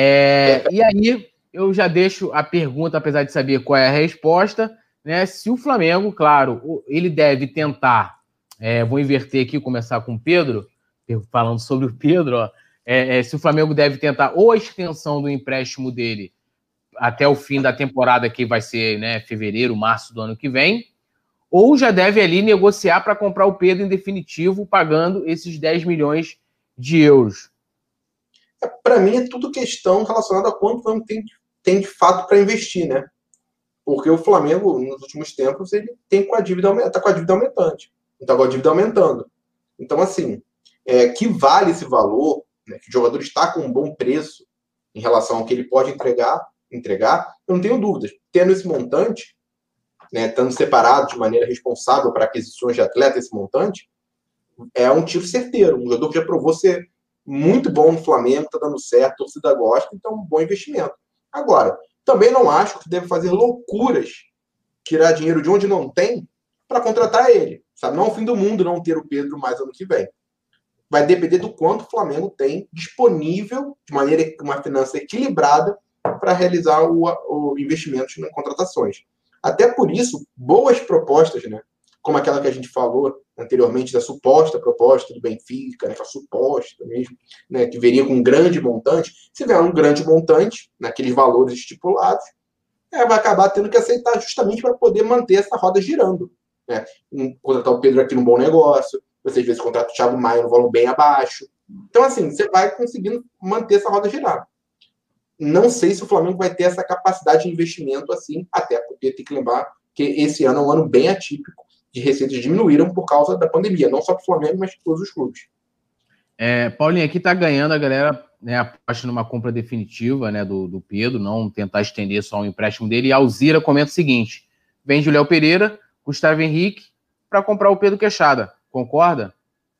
E aí eu já deixo a pergunta, apesar de saber qual é a resposta, né? Se o Flamengo, claro, ele deve tentar, vou inverter aqui, começar com o Pedro, falando sobre o Pedro, se o Flamengo deve tentar ou a extensão do empréstimo dele até o fim da temporada, que vai ser, né, fevereiro, março do ano que vem, ou já deve ali negociar para comprar o Pedro em definitivo, pagando esses 10 milhões de euros. Para mim, é tudo questão relacionada a quanto o Flamengo tem de fato para investir, né? Porque o Flamengo, nos últimos tempos, ele tem com a dívida tá com a dívida aumentante. Então, com a dívida aumentando. Então, assim, que vale esse valor, né, que o jogador está com um bom preço em relação ao que ele pode entregar, eu não tenho dúvidas. Tendo esse montante, né, estando separado de maneira responsável para aquisições de atleta, esse montante, é um tiro certeiro. Um jogador que já provou ser muito bom no Flamengo, está dando certo, a torcida gosta, então um bom investimento. Agora, também não acho que deve fazer loucuras, tirar dinheiro de onde não tem, para contratar ele. Sabe? Não é o fim do mundo não ter o Pedro mais ano que vem. Vai depender do quanto o Flamengo tem disponível, de maneira uma finança equilibrada, para realizar o investimento em contratações. Até por isso, boas propostas, né? Como aquela que a gente falou anteriormente, da suposta proposta do Benfica, né, que é a suposta mesmo, né, que veria com um grande montante. Se vier um grande montante, naqueles valores estipulados, vai acabar tendo que aceitar justamente para poder manter essa roda girando. Né? Contratar o Pedro aqui num bom negócio, você às vezes contrata o Thiago Maia no valor bem abaixo. Então, assim, você vai conseguindo manter essa roda girar. Não sei se o Flamengo vai ter essa capacidade de investimento assim, até porque tem que lembrar que esse ano é um ano bem atípico, de receitas diminuíram por causa da pandemia, não só para o Flamengo, mas para todos os clubes. Paulinho, aqui tá ganhando a galera, né, aposta numa compra definitiva, né, do Pedro, não tentar estender só o empréstimo dele. E a Alzira comenta o seguinte: vende o Léo Pereira, Gustavo Henrique, para comprar o Pedro Queixada. Concorda?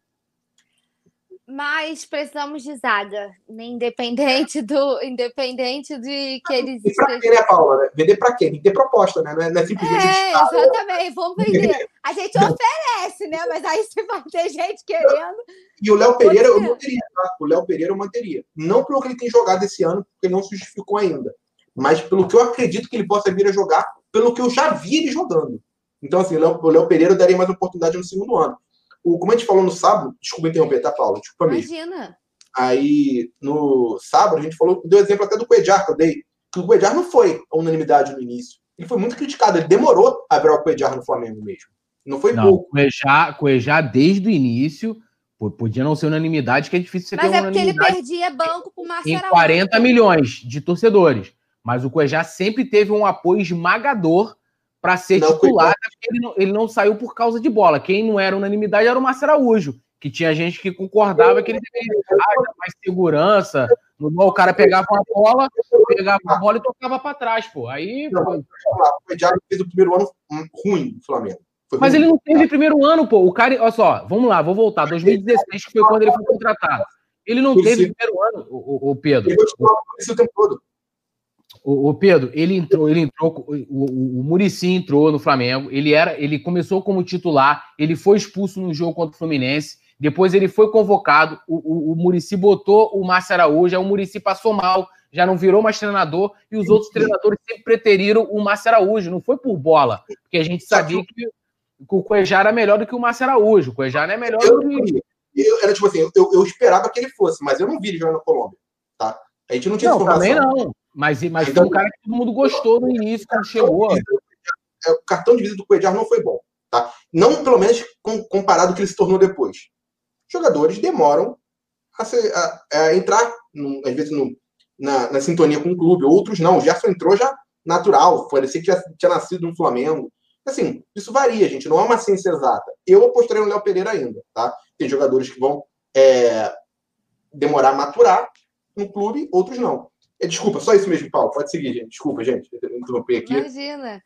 Mas precisamos de zaga, independente de que eles... E pra quem, né, Paula? Né? Vender pra quem? Tem que ter proposta, né? Não é simplesmente... exatamente. Vamos vender. A gente oferece, né? Mas aí se vai ter gente querendo... E o Léo Pereira eu manteria, tá? O Léo Pereira eu manteria. Não pelo que ele tem jogado esse ano, porque ele não se justificou ainda. Mas pelo que eu acredito que ele possa vir a jogar, pelo que eu já vi ele jogando. Então, assim, o Léo Pereira eu daria mais oportunidade no segundo ano. Como a gente falou no sábado, desculpa interromper, tá, Paula? Desculpa mesmo. Imagina. Aí, no sábado, a gente falou, deu exemplo até do Cuéllar, que eu dei, que o Cuéllar não foi a unanimidade no início. Ele foi muito criticado, ele demorou a virar o Cuéllar no Flamengo mesmo. Não foi pouco. O Cuéllar, desde o início, podia não ser unanimidade, que é difícil você ter uma unanimidade. Mas é porque ele perdia banco pro Marcelo. Em 40 milhões de torcedores. Mas o Cuéllar sempre teve um apoio esmagador para ser titular, porque ele não saiu por causa de bola. Quem não era unanimidade era o Márcio Araújo, que tinha gente que concordava que ele deveria dar mais segurança. O cara pegava a bola e tocava para trás, pô. Aí. O Cuéllar fez o primeiro ano ruim do Flamengo. Mas ele não teve primeiro ano, pô. O cara, olha só, vamos lá, vou voltar. 2016, que foi quando ele foi contratado. Ele não teve primeiro ano, o Pedro. Ele o tempo todo. O Pedro, ele entrou, o Muricy entrou no Flamengo, ele começou como titular, ele foi expulso no jogo contra o Fluminense, depois ele foi convocado, o Muricy botou o Márcio Araújo, aí o Muricy passou mal, já não virou mais treinador, e os outros treinadores sempre preteriram o Márcio Araújo, não foi por bola, porque a gente sabia que o Cuéllar era melhor do que o Márcio Araújo, o Cuéllar não é melhor do que... Era tipo assim, eu esperava que ele fosse, mas eu não vi ele jogar na Colômbia, tá? A gente não tinha informação. Também não. Mas foi um cara que todo mundo gostou no início, quando chegou. O cartão de visita do Cuéllar não foi bom, tá? Não, pelo menos, comparado com o que ele se tornou depois. Jogadores demoram a entrar, às vezes, na sintonia com o clube. Outros não. O Gerson entrou já natural. Parecia que já tinha nascido no Flamengo. Assim, isso varia, gente. Não é uma ciência exata. Eu apostaria no Léo Pereira ainda, tá? Tem jogadores que vão demorar a maturar no clube, outros não. Desculpa, só isso mesmo, Paulo. Pode seguir, gente. Desculpa, gente. Eu interrompi aqui. Imagina.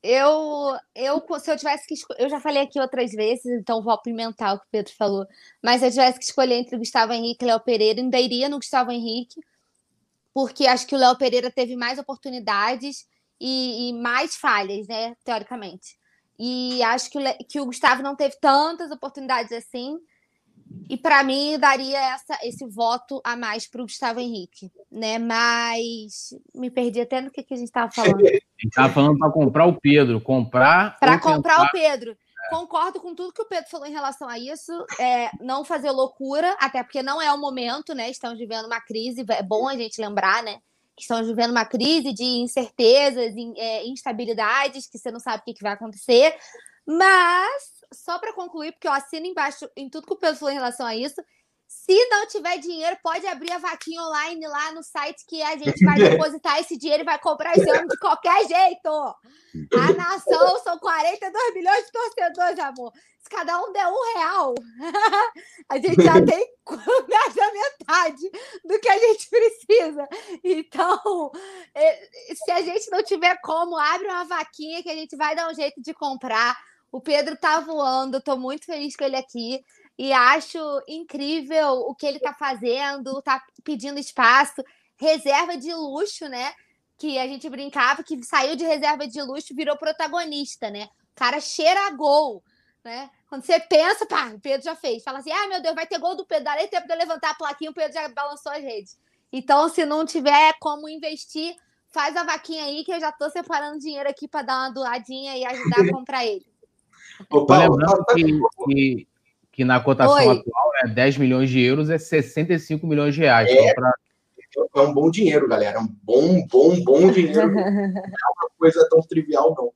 Se eu tivesse que escolher... Eu já falei aqui outras vezes, então vou apimentar o que o Pedro falou. Mas se eu tivesse que escolher entre Gustavo Henrique e Léo Pereira, ainda iria no Gustavo Henrique, porque acho que o Léo Pereira teve mais oportunidades e mais falhas, né, teoricamente. E acho que o Gustavo não teve tantas oportunidades assim. E para mim daria esse voto a mais para o Gustavo Henrique, né? Mas me perdi até no que a gente estava falando. A gente estava falando para comprar o Pedro, para comprar o Pedro. Concordo com tudo que o Pedro falou em relação a isso. Não fazer loucura, até porque não é o momento, né? Estamos vivendo uma crise. É bom a gente lembrar, né? Que estamos vivendo uma crise de incertezas, instabilidades, que você não sabe o que vai acontecer. Mas só para concluir, porque eu assino embaixo em tudo que o Pedro falou em relação a isso, se não tiver dinheiro, pode abrir a vaquinha online lá no site que a gente vai depositar esse dinheiro e vai comprar esse homem de qualquer jeito. A nação são 42 milhões de torcedores, amor. Se cada um der R$1, a gente já tem mais da metade do que a gente precisa. Então, se a gente não tiver como, abre uma vaquinha que a gente vai dar um jeito de comprar. O Pedro tá voando, estou muito feliz com ele aqui e acho incrível o que ele tá fazendo, tá pedindo espaço, reserva de luxo, né? Que a gente brincava, que saiu de reserva de luxo, virou protagonista, né? O cara cheira a gol, né? Quando você pensa, pá, o Pedro já fez. Fala assim, meu Deus, vai ter gol do Pedro, dá nem tempo de eu levantar a plaquinha, o Pedro já balançou as redes. Então, se não tiver como investir, faz a vaquinha aí, que eu já tô separando dinheiro aqui para dar uma doadinha e ajudar a comprar ele. Tô lembrando que na cotação atual, 10 milhões de euros é 65 milhões de reais. É um bom dinheiro, galera. É um bom dinheiro. Não é uma coisa tão trivial, não.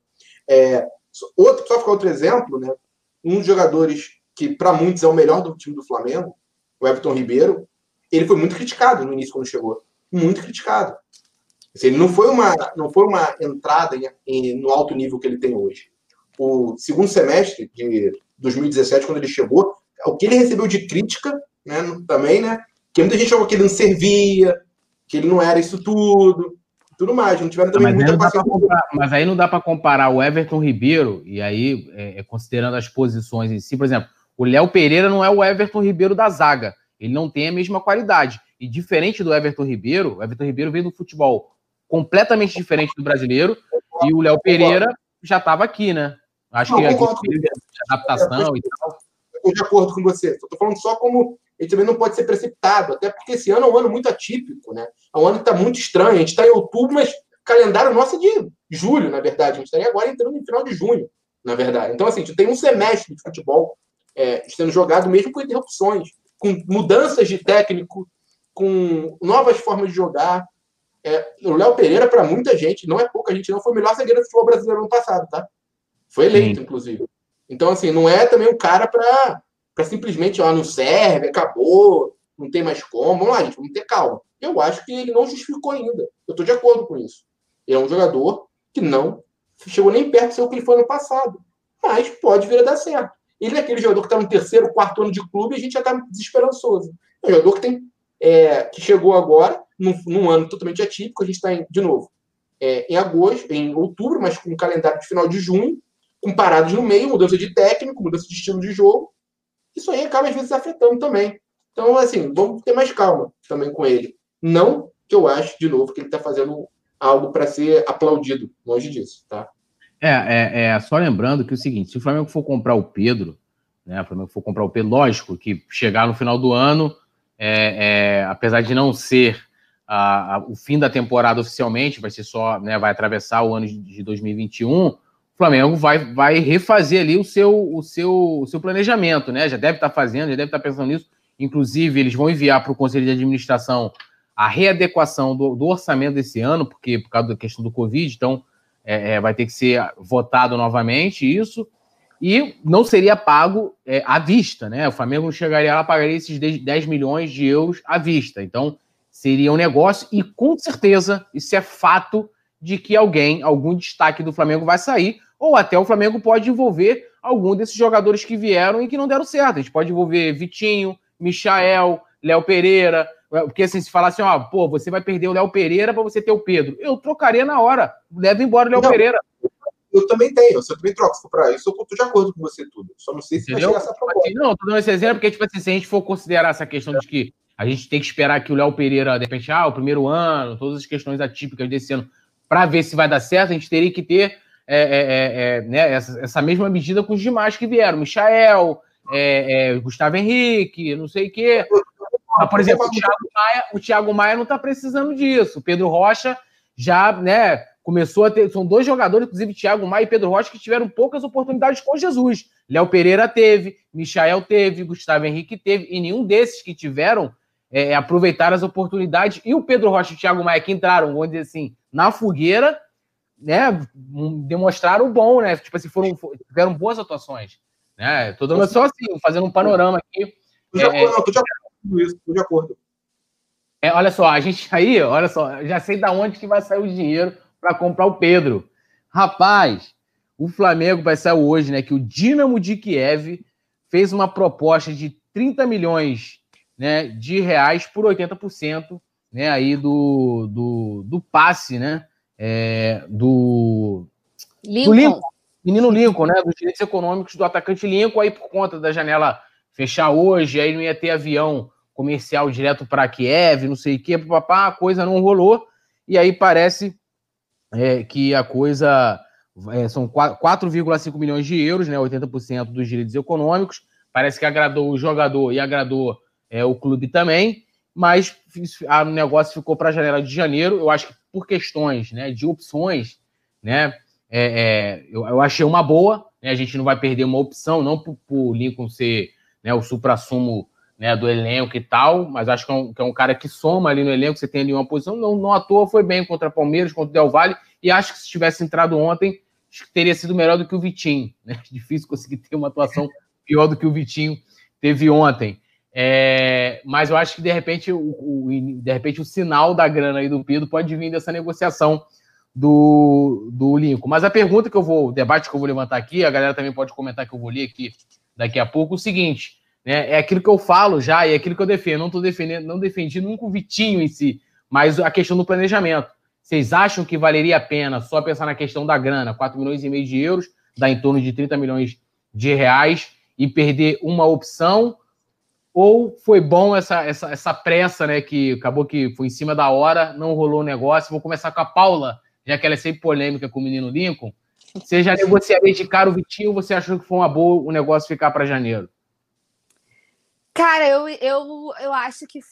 Só ficar outro exemplo, né? Um dos jogadores que, para muitos, é o melhor do time do Flamengo, o Everton Ribeiro, ele foi muito criticado no início, quando chegou. Muito criticado. Assim, ele não foi uma entrada no alto nível que ele tem hoje. O segundo semestre de 2017, quando ele chegou, o que ele recebeu de crítica, né, também, né, que muita gente achou que ele não servia, que ele não era isso tudo mais. Não tiveram também muita paciência. Mas aí não dá para comparar o Everton Ribeiro, e aí, considerando as posições em si, por exemplo, o Léo Pereira não é o Everton Ribeiro da zaga, ele não tem a mesma qualidade. E diferente do Everton Ribeiro, o Everton Ribeiro veio do futebol completamente diferente do brasileiro, e o Léo Pereira já estava aqui, né? Acho que aqui de adaptação e tal. Estou de acordo com você. Estou falando só como ele também não pode ser precipitado, até porque esse ano é um ano muito atípico, né? É um ano que está muito estranho. A gente está em outubro, mas o calendário nosso é de julho, na verdade. A gente estaria agora entrando no final de junho, na verdade. Então, assim, a gente tem um semestre de futebol sendo jogado mesmo com interrupções, com mudanças de técnico, com novas formas de jogar. O Léo Pereira, para muita gente, não é pouca gente, não foi o melhor zagueiro do futebol brasileiro no passado, tá? Foi eleito, inclusive. Então, assim, não é também um cara para simplesmente, não serve, acabou, não tem mais como. Vamos lá, gente, vamos ter calma. Eu acho que ele não justificou ainda. Eu estou de acordo com isso. Ele é um jogador que não chegou nem perto de ser o que ele foi no passado. Mas pode vir a dar certo. Ele é aquele jogador que está no terceiro, quarto ano de clube e a gente já está desesperançoso. É um jogador que, que chegou agora, num ano totalmente atípico, a gente está, de novo, em outubro, mas com um calendário de final de junho, com paradas no meio, mudança de técnico, mudança de estilo de jogo. Isso aí acaba, às vezes, afetando também. Então, assim, vamos ter mais calma também com ele. Não que eu acho, de novo, que ele está fazendo algo para ser aplaudido. Longe disso, tá? Só lembrando que é o seguinte, se o Flamengo for comprar o Pedro, né, o Flamengo for comprar o Pedro, lógico que chegar no final do ano, apesar de não ser o fim da temporada oficialmente, vai ser só, né, vai atravessar o ano de 2021, o Flamengo vai refazer ali o seu planejamento, né? Já deve estar fazendo, já deve estar pensando nisso. Inclusive, eles vão enviar para o Conselho de Administração a readequação do orçamento desse ano, porque por causa da questão do Covid, então vai ter que ser votado novamente isso, e não seria pago à vista, né? O Flamengo não chegaria lá, pagaria esses 10 milhões de euros à vista. Então, seria um negócio, e com certeza, isso é fato de que algum destaque do Flamengo vai sair, ou até o Flamengo pode envolver algum desses jogadores que vieram e que não deram certo. A gente pode envolver Vitinho, Michael, Léo Pereira, porque assim, se falar assim, você vai perder o Léo Pereira para você ter o Pedro, eu trocaria na hora, leva embora o Léo Pereira. Eu também tenho, eu também troco, se for para isso, eu estou de acordo com você tudo, só não sei se vai chegar essa proposta. Não, estou dando esse exemplo porque, tipo assim, se a gente for considerar essa questão de que a gente tem que esperar que o Léo Pereira, de repente, o primeiro ano, todas as questões atípicas desse ano, para ver se vai dar certo, a gente teria que ter né, essa mesma medida com os demais que vieram, Michael, Gustavo Henrique, não sei o quê. Por exemplo, o Thiago Maia não está precisando disso. O Pedro Rocha já, né, começou a ter... São dois jogadores, inclusive Thiago Maia e Pedro Rocha, que tiveram poucas oportunidades com Jesus. Léo Pereira teve, Michael teve, Gustavo Henrique teve, e nenhum desses que tiveram aproveitaram as oportunidades. E o Pedro Rocha e o Thiago Maia, que entraram, vamos dizer assim, na fogueira, né, demonstraram o bom, né? Tipo assim, tiveram boas atuações. Né? Tô dando só assim, fazendo um panorama aqui. Estou de acordo. Olha só, a gente aí, olha só, já sei de onde que vai sair o dinheiro para comprar o Pedro. Rapaz, o Flamengo vai sair hoje, né? Que o Dínamo de Kiev fez uma proposta de 30 milhões, né, de reais por 80%, né, aí do passe, né? Do Lincoln. Menino Lincoln, né? Dos direitos econômicos do atacante Lincoln, aí por conta da janela fechar hoje, aí não ia ter avião comercial direto para Kiev, não sei o quê, a coisa não rolou, e aí parece que a coisa são 4,5 milhões de euros, né, 80% dos direitos econômicos, parece que agradou o jogador e agradou o clube também, mas o negócio ficou para a janela de janeiro. Eu acho que por questões, né, de opções, né, eu achei uma boa, né, a gente não vai perder uma opção, não por Lincoln ser, né, o supra-sumo, né, do elenco e tal, mas acho que é um cara que soma ali no elenco, você tem ali uma posição, não à toa foi bem contra Palmeiras, contra o Del Valle, e acho que se tivesse entrado ontem, acho que teria sido melhor do que o Vitinho, né? Difícil conseguir ter uma atuação pior do que o Vitinho teve ontem. Mas eu acho que de repente o sinal da grana aí do Pedro pode vir dessa negociação do Lincoln. Mas a pergunta o debate que eu vou levantar aqui, a galera também pode comentar que eu vou ler aqui daqui a pouco, o seguinte, né, é aquilo que eu falo já, e é aquilo que eu defendo. Não defendi nunca o Vitinho em si, mas a questão do planejamento. Vocês acham que valeria a pena só pensar na questão da grana, 4,5 milhões de euros, dá em torno de 30 milhões de reais, e perder uma opção? Ou foi bom essa pressa, né, que acabou que foi em cima da hora, não rolou o negócio? Vou começar com a Paula, já que ela é sempre polêmica com o menino Lincoln. Você já negociaria de cara o Vitinho, ou você achou que foi uma boa o negócio ficar para janeiro? Cara, eu acho que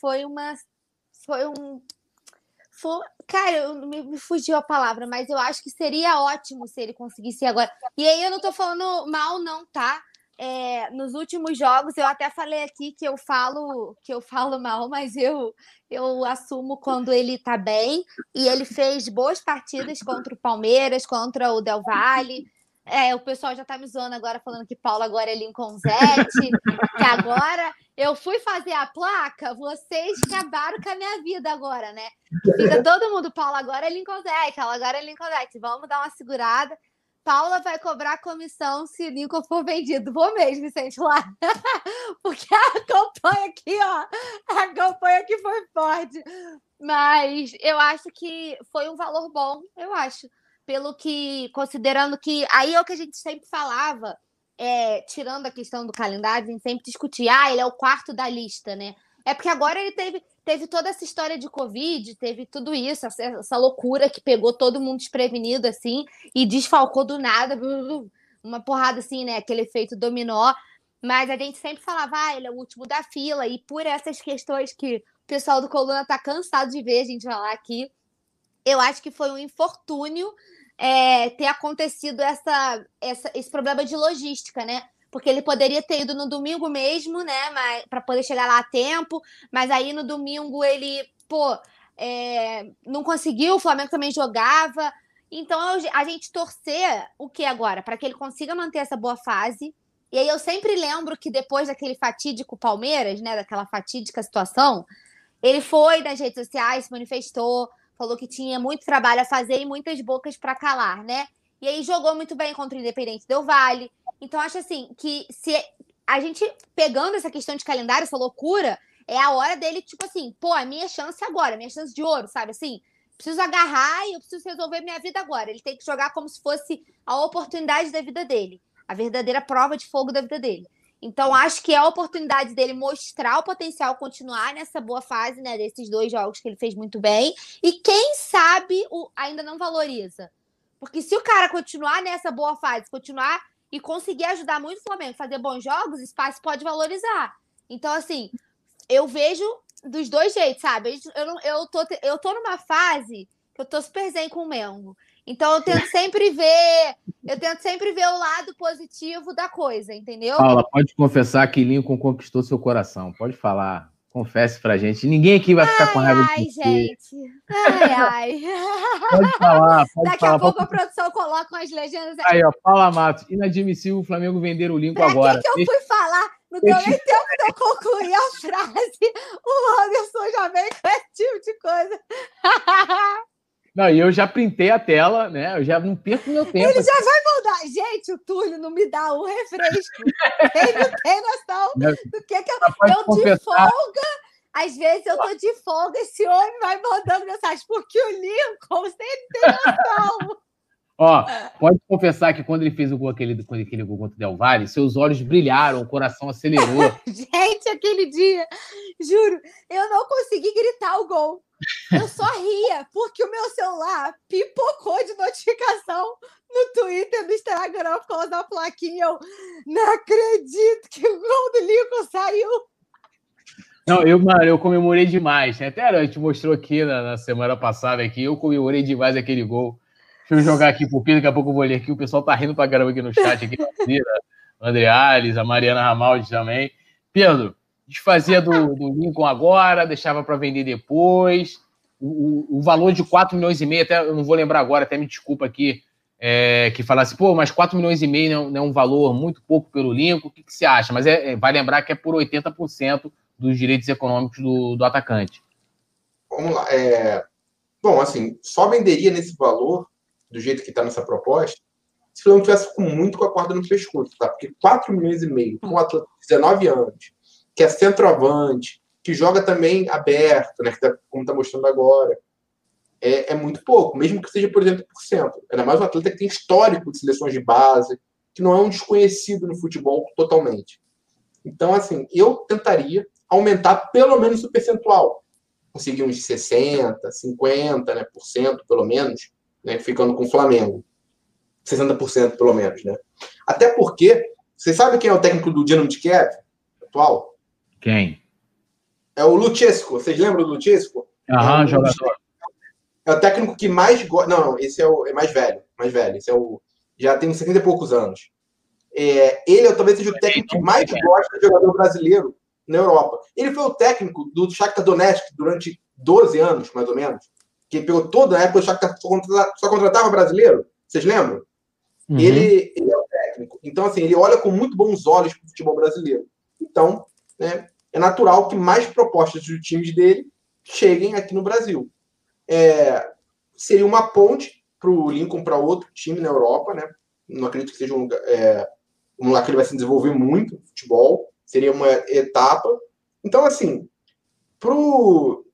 cara, me fugiu a palavra, mas eu acho que seria ótimo se ele conseguisse agora. E aí eu não tô falando mal, não, tá? Nos últimos jogos, eu até falei aqui que eu falo mal, mas eu assumo quando ele tá bem. E ele fez boas partidas contra o Palmeiras, contra o Del Valle. O pessoal já tá me zoando agora, falando que Paulo agora é Lincoln Zete, que agora eu fui fazer a placa, vocês acabaram com a minha vida agora, né? Fica todo mundo, Paulo agora é Lincoln Zete, Paulo agora é Lincoln Zete. Vamos dar uma segurada. Paula vai cobrar comissão se Lincoln for vendido. Vou mesmo, Vicente, lá. Porque a campanha aqui, ó, a campanha aqui foi forte. Mas eu acho que foi um valor bom, eu acho. Pelo que, considerando que, aí é o que a gente sempre falava, tirando a questão do calendário, a gente sempre discutia, ele é o quarto da lista, né? É porque agora ele teve toda essa história de Covid, teve tudo isso, essa loucura que pegou todo mundo desprevenido, assim, e desfalcou do nada, uma porrada assim, né? Aquele efeito dominó. Mas a gente sempre falava, ele é o último da fila, e por essas questões que o pessoal do Coluna tá cansado de ver a gente falar aqui, eu acho que foi um infortúnio ter acontecido esse problema de logística, né? Porque ele poderia ter ido no domingo mesmo, né? Para poder chegar lá a tempo, mas aí no domingo ele, não conseguiu, o Flamengo também jogava. Então a gente torcer o que agora? Para que ele consiga manter essa boa fase. E aí eu sempre lembro que depois daquele fatídico Palmeiras, né? Daquela fatídica situação, ele foi nas redes sociais, se manifestou, falou que tinha muito trabalho a fazer e muitas bocas para calar, né? E aí jogou muito bem contra o Independente Del Valle. Então, acho assim, que se a gente pegando essa questão de calendário, essa loucura, é a hora dele, tipo assim, a minha chance agora, minha chance de ouro, sabe assim? Preciso agarrar e eu preciso resolver minha vida agora. Ele tem que jogar como se fosse a oportunidade da vida dele, a verdadeira prova de fogo da vida dele. Então, acho que é a oportunidade dele mostrar o potencial, continuar nessa boa fase, né? Desses 2 jogos que ele fez muito bem. E quem sabe ainda não valoriza. Porque se o cara continuar nessa boa fase, continuar e conseguir ajudar muito o Flamengo, fazer bons jogos, o espaço pode valorizar. Então, assim, eu vejo dos 2 jeitos, sabe? Eu tô numa fase que eu tô super zen com o Mengo. Então, eu tento sempre ver o lado positivo da coisa, entendeu? Paula, pode confessar que Lincoln conquistou seu coração. Pode falar. Confesse pra gente. Ninguém aqui vai ficar com raiva de você. Gente. Ai. Pode falar, pode Daqui falar. a pouco a produção coloca umas legendas. Aí, ó, Paula Matos. Inadmissível o Flamengo vender o Lincoln agora. Que eu fui falar? Não deu nem tempo de eu concluir a frase. O Anderson já vem com esse tipo de coisa. Não, e eu já printei a tela, né? Eu já não perco meu tempo. Ele já vai mandar. Gente, o Túlio não me dá um refresco. Ele não tem noção do que eu de folga. Às vezes eu tô de folga, esse homem vai mandando mensagem. Porque o Lincoln, você não tem noção. Ó, pode confessar que quando ele fez aquele gol contra o Del Valle, seus olhos brilharam, o coração acelerou. Gente, aquele dia, juro, eu não consegui gritar o gol. Eu só ria, porque o meu celular pipocou de notificação no Twitter, no Instagram, por causa da plaquinha. Eu não acredito que o gol do Lincoln saiu. Não, eu comemorei demais. Até a gente mostrou aqui na semana passada aqui, eu comemorei demais aquele gol. Deixa eu jogar aqui pro Pedro, daqui a pouco eu vou ler aqui. O pessoal tá rindo pra caramba aqui no chat. Aqui, a André Alves, a Mariana Ramaldi também. Pedro, desfazia do Lincoln agora, deixava para vender depois. O valor de 4 milhões e meio, até eu não vou lembrar agora, até me desculpa aqui, que falasse, mas 4 milhões e meio não é um valor muito pouco pelo Lincoln. O que você acha? Mas vai lembrar que é por 80% dos direitos econômicos do atacante. Vamos lá. Bom, assim, só venderia nesse valor, do jeito que está nessa proposta, se o Flamengo tivesse muito com a corda no pescoço, tá? Porque 4 milhões e meio com um atleta de 19 anos, que é centroavante, que joga também aberto, né? Como está mostrando agora, é muito pouco, mesmo que seja por 80%. Ainda mais um atleta que tem histórico de seleções de base, que não é um desconhecido no futebol totalmente. Então, assim, eu tentaria aumentar pelo menos o percentual. Conseguir uns 60%, 50%, né, por cento, pelo menos, né, ficando com o Flamengo. 60% pelo menos, né? Até porque, vocês sabem quem é o técnico do Dinamo de Kiev atual? Quem? É o Luchescu. Vocês lembram do Luchescu? Jogador. É o técnico que mais gosta. Não, esse é mais velho. Esse já tem 70 e poucos anos. Ele talvez seja o técnico que mais gosta de jogador brasileiro na Europa. Ele foi o técnico do Shakhtar Donetsk durante 12 anos, mais ou menos. Que pegou toda a época do Shakhtar só contratava brasileiro. Vocês lembram? Uhum. Ele é o técnico. Então, assim, ele olha com muito bons olhos para o futebol brasileiro. Então, né, é natural que mais propostas dos times dele cheguem aqui no Brasil. Seria uma ponte para o Lincoln para outro time na Europa, né? não acredito que seja um lugar que ele vai se desenvolver muito, futebol, seria uma etapa. Então, assim, pro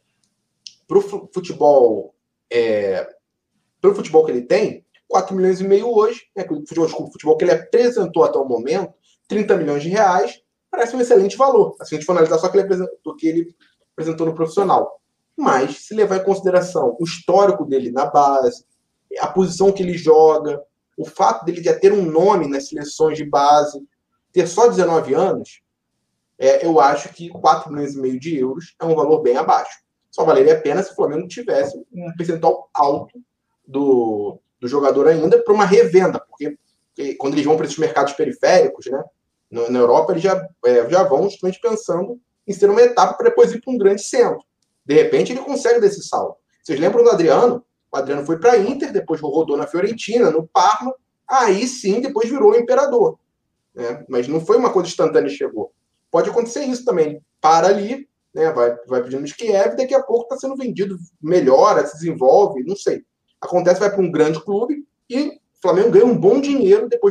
futebol, pelo futebol que ele tem, 4 milhões e meio hoje, né, o futebol que ele apresentou até o momento, 30 milhões de reais, parece um excelente valor. Assim, a gente for analisar só do que ele apresentou no profissional. Mas, se levar em consideração o histórico dele na base, a posição que ele joga, o fato dele já ter um nome nas seleções de base, ter só 19 anos, eu acho que 4 milhões e meio de euros é um valor bem abaixo. Só valeria a pena se o Flamengo tivesse um percentual alto do jogador ainda para uma revenda, porque quando eles vão para esses mercados periféricos, né, na Europa, eles já vão justamente pensando em ser uma etapa para depois ir para um grande centro. De repente, ele consegue desse salto. Vocês lembram do Adriano? O Adriano foi para a Inter, depois rodou na Fiorentina, no Parma, aí sim, depois virou o imperador. Né? Mas não foi uma coisa instantânea e chegou. Pode acontecer isso também. Para ali, né, vai pedindo de Kiev, daqui a pouco está sendo vendido, melhora, se desenvolve, não sei. Acontece, vai para um grande clube e o Flamengo ganha um bom dinheiro depois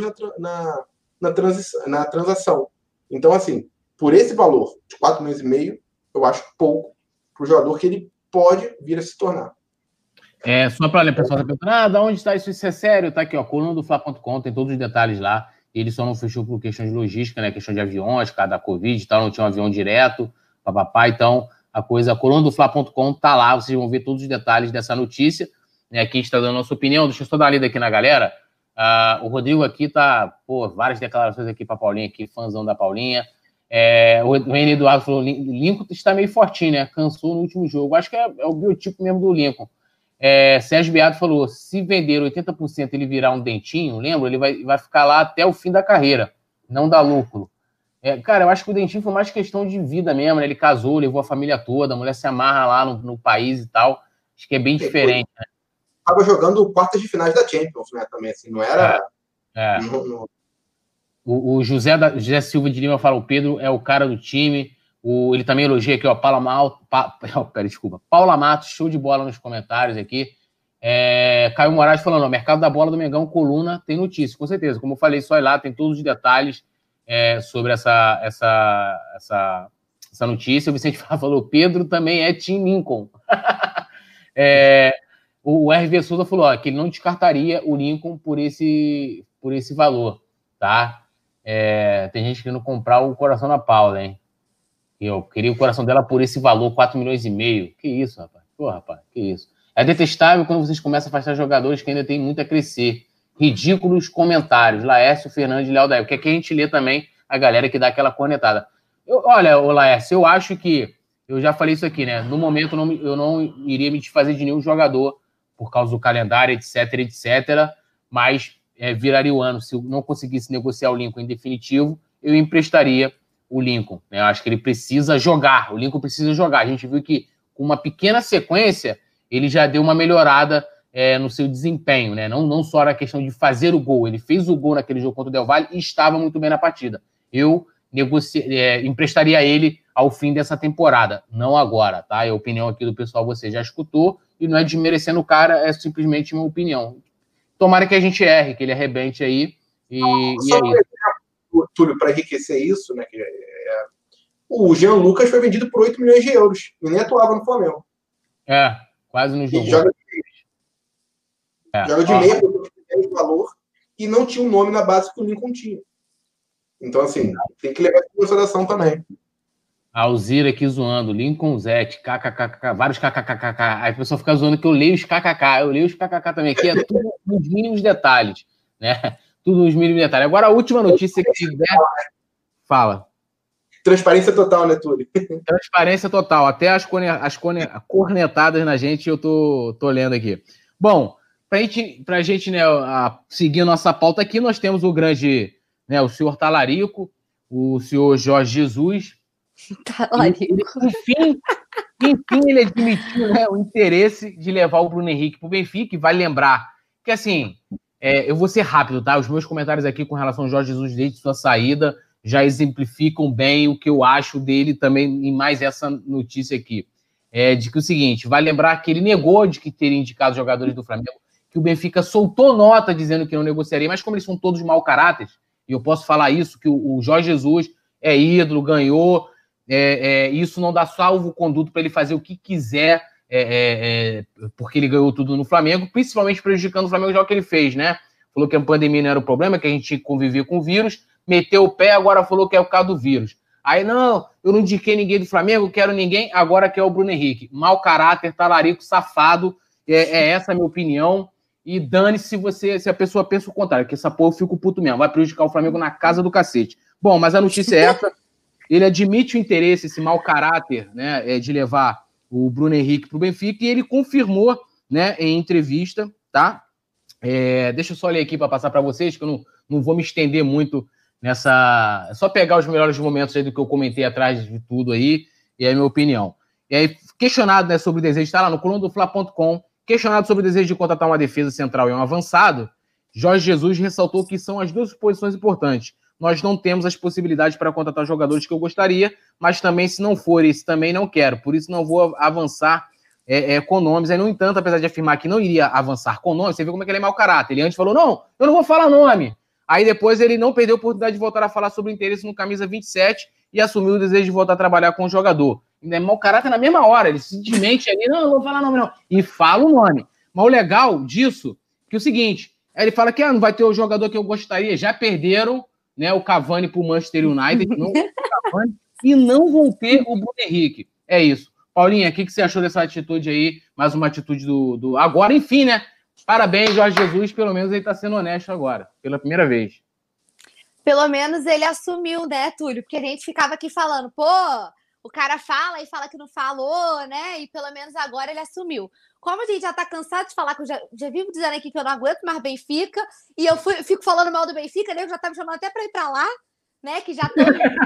na transação. Então, assim, por esse valor de 4 milhões e meio, eu acho pouco para o jogador que ele pode vir a se tornar. Só para o pessoal tá perguntando, de onde está isso? Isso é sério? Tá aqui, ó, coluna do Fla.com, tem todos os detalhes lá. Ele só não fechou por questão de logística, né? Questão de aviões, por causa da Covid e tal, não tinha um avião direto, papapá. Então, a coluna do Fla.com tá lá, vocês vão ver todos os detalhes dessa notícia. Né? Aqui a gente está dando a nossa opinião. Deixa eu só dar uma lida aqui na galera. O Rodrigo aqui tá, várias declarações aqui para Paulinha, aqui, fãzão da Paulinha. O René Eduardo falou, Lincoln está meio fortinho, né? Cansou no último jogo. Acho que é o biotipo mesmo do Lincoln. Sérgio Beato falou, se vender 80% ele virar um dentinho, lembra? Ele vai ficar lá até o fim da carreira, não dá lucro. Cara, eu acho que o dentinho foi mais questão de vida mesmo, né? Ele casou, levou a família toda, a mulher se amarra lá no país e tal. Acho que é bem diferente, né? Estava jogando quartas de finais da Champions, né? Também, assim, não era... O José Silva de Lima fala, o Pedro é o cara do time. Ele também elogia aqui, ó, Paula Matos, show de bola nos comentários aqui. Caio Moraes falando, o mercado da bola do Mengão, coluna, tem notícia, com certeza. Como eu falei, só ir lá, tem todos os detalhes sobre essa notícia. O Vicente falou, Pedro também é Team Lincoln. O RV Souza falou que ele não descartaria o Lincoln por esse valor, tá? Tem gente querendo comprar o coração da Paula, hein? Eu queria o coração dela por esse valor, 4 milhões e meio. Que isso, rapaz? Rapaz, que isso? É detestável quando vocês começam a afastar jogadores que ainda tem muito a crescer. Ridículos comentários. Laércio, Fernandes e Léo Daí. Porque aqui a gente lê também a galera que dá aquela cornetada. Olha, Laércio, eu acho que... Eu já falei isso aqui, né? No momento, eu não iria me desfazer de nenhum jogador por causa do calendário, etc. Mas viraria o ano. Se eu não conseguisse negociar o Lincoln em definitivo, eu emprestaria o Lincoln. Né? Eu acho que ele precisa jogar. O Lincoln precisa jogar. A gente viu que, com uma pequena sequência, ele já deu uma melhorada no seu desempenho. Né? Não só na questão de fazer o gol. Ele fez o gol naquele jogo contra o Del Valle e estava muito bem na partida. Eu emprestaria ele ao fim dessa temporada. Não agora, tá? A opinião aqui do pessoal você já escutou e não é desmerecendo o cara, é simplesmente uma opinião. Tomara que a gente erre, que ele arrebente aí e é isso. Túlio, para enriquecer isso, né? O Jean Lucas foi vendido por 8 milhões de euros e nem atuava no Flamengo. Quase no jogo. Joga de meia por de valor e não tinha um nome na base que o Lincoln tinha. Então, assim, tem que levar em consideração também. A Alzira aqui zoando, Lincoln Zete, kkkk, vários kkkk. Aí a pessoa fica zoando que eu leio os kkk, eu leio os kkk também, que é tudo nos mínimos detalhes, né? Tudo nos mínimos detalhes. Agora, a última notícia que tiver... Fala. Transparência total, né, Túlio? Transparência total. Até as cornetadas na gente eu tô lendo aqui. Bom, pra gente né, seguir a nossa pauta aqui, nós temos o grande, né, o senhor Talarico, o senhor Jorge Jesus. Enfim, ele admitiu, né, o interesse de levar o Bruno Henrique para o Benfica, e vale lembrar que, assim, eu vou ser rápido, tá? Os meus comentários aqui com relação ao Jorge Jesus desde sua saída já exemplificam bem o que eu acho dele também, em mais essa notícia aqui. De que o seguinte, vale lembrar que ele negou de que teria indicado jogadores do Flamengo, que o Benfica soltou nota dizendo que não negociaria, mas como eles são todos mau caráter, e eu posso falar isso, que o Jorge Jesus é ídolo, ganhou, isso não dá salvo-conduto para ele fazer o que quiser, porque ele ganhou tudo no Flamengo, principalmente prejudicando o Flamengo já o que ele fez, né? Falou que a pandemia não era o problema, que a gente convivia com o vírus, meteu o pé, agora falou que é o caso do vírus. Aí, não, eu não indiquei ninguém do Flamengo, quero ninguém, agora quer o Bruno Henrique. Mau caráter, talarico, safado, essa a minha opinião. E dane-se se a pessoa pensa o contrário, que essa porra eu fico puto mesmo, vai prejudicar o Flamengo na casa do cacete. Bom, mas a notícia é essa, ele admite o interesse, esse mau caráter, né, de levar o Bruno Henrique para o Benfica, e ele confirmou, né, em entrevista, tá? Deixa eu só ler aqui para passar para vocês, que eu não vou me estender muito nessa... Só pegar os melhores momentos aí do que eu comentei atrás de tudo aí, e é a minha opinião. E aí, questionado, né, sobre o desejo, está lá no colunadofla.com, questionado sobre o desejo de contratar uma defesa central e um avançado, Jorge Jesus ressaltou que são as duas posições importantes. Nós não temos as possibilidades para contratar jogadores que eu gostaria, mas também, se não for esse, também não quero. Por isso, não vou avançar com nomes. Aí, no entanto, apesar de afirmar que não iria avançar com nomes, você vê como é que ele é mau caráter. Ele antes falou, não, eu não vou falar nome. Aí, depois, ele não perdeu a oportunidade de voltar a falar sobre o interesse no camisa 27 e assumiu o desejo de voltar a trabalhar com o jogador. Ainda é mau caráter na mesma hora. Ele simplesmente ali, não vou falar nome, não. E fala o nome. Mas o legal disso, que é o seguinte, ele fala que não vai ter o jogador que eu gostaria, já perderam, né, o Cavani para o Manchester United, não Cavani, e não vão ter o Bruno Henrique. É isso. Paulinha, o que você achou dessa atitude aí? Mais uma atitude do... Agora, enfim, né? Parabéns, Jorge Jesus, pelo menos ele está sendo honesto agora, pela primeira vez. Pelo menos ele assumiu, né, Túlio? Porque a gente ficava aqui falando, pô, o cara fala e fala que não falou, né? E pelo menos agora ele assumiu. Como a gente já tá cansado de falar, que eu já vivo dizendo aqui que eu não aguento mais Benfica, e eu fico falando mal do Benfica, né? Eu já tava me chamando até pra ir pra lá, né? Que já tô...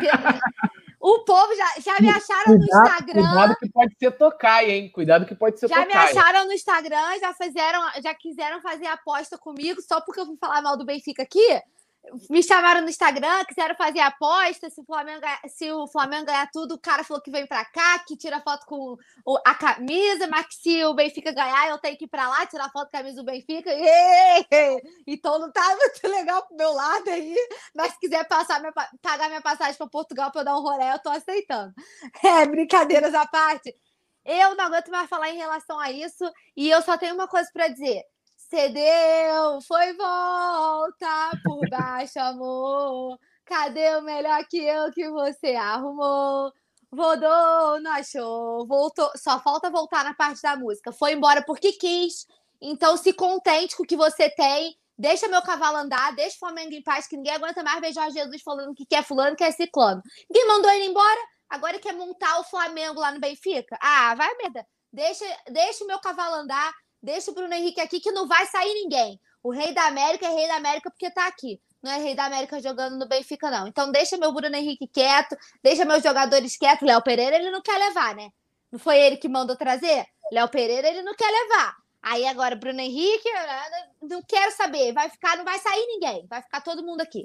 O povo já me acharam no Instagram. Cuidado que pode ser tocaia, hein? Cuidado que pode ser tocaia. Já me acharam no Instagram, já quiseram fazer aposta comigo só porque eu fui falar mal do Benfica aqui. Me chamaram no Instagram, quiseram fazer aposta, se o Flamengo ganhar tudo, o cara falou que vem pra cá, que tira foto com a camisa, mas que se o Benfica ganhar, eu tenho que ir pra lá, tirar foto com a camisa do Benfica. Então não tá muito legal pro meu lado aí, mas se quiser pagar minha passagem pra Portugal pra eu dar um rolê, eu tô aceitando. Brincadeiras à parte. Eu não aguento mais falar em relação a isso, e eu só tenho uma coisa pra dizer. Cedeu, foi volta por baixo, amor. Cadê o melhor que eu que você arrumou? Rodou, não achou, voltou. Só falta voltar na parte da música. Foi embora porque quis. Então se contente com o que você tem. Deixa meu cavalo andar, deixa o Flamengo em paz, que ninguém aguenta mais ver Jorge Jesus falando que quer fulano, que quer ciclano. Ninguém mandou ele embora, agora quer montar o Flamengo lá no Benfica? Ah, vai merda. Deixa o meu cavalo andar. Deixa o Bruno Henrique aqui que não vai sair ninguém. O Rei da América é Rei da América porque tá aqui. Não é Rei da América jogando no Benfica, não. Então deixa meu Bruno Henrique quieto, deixa meus jogadores quietos. Léo Pereira, ele não quer levar, né? Não foi ele que mandou trazer? Léo Pereira, ele não quer levar. Aí agora, Bruno Henrique, não quero saber. Vai ficar, não vai sair ninguém. Vai ficar todo mundo aqui.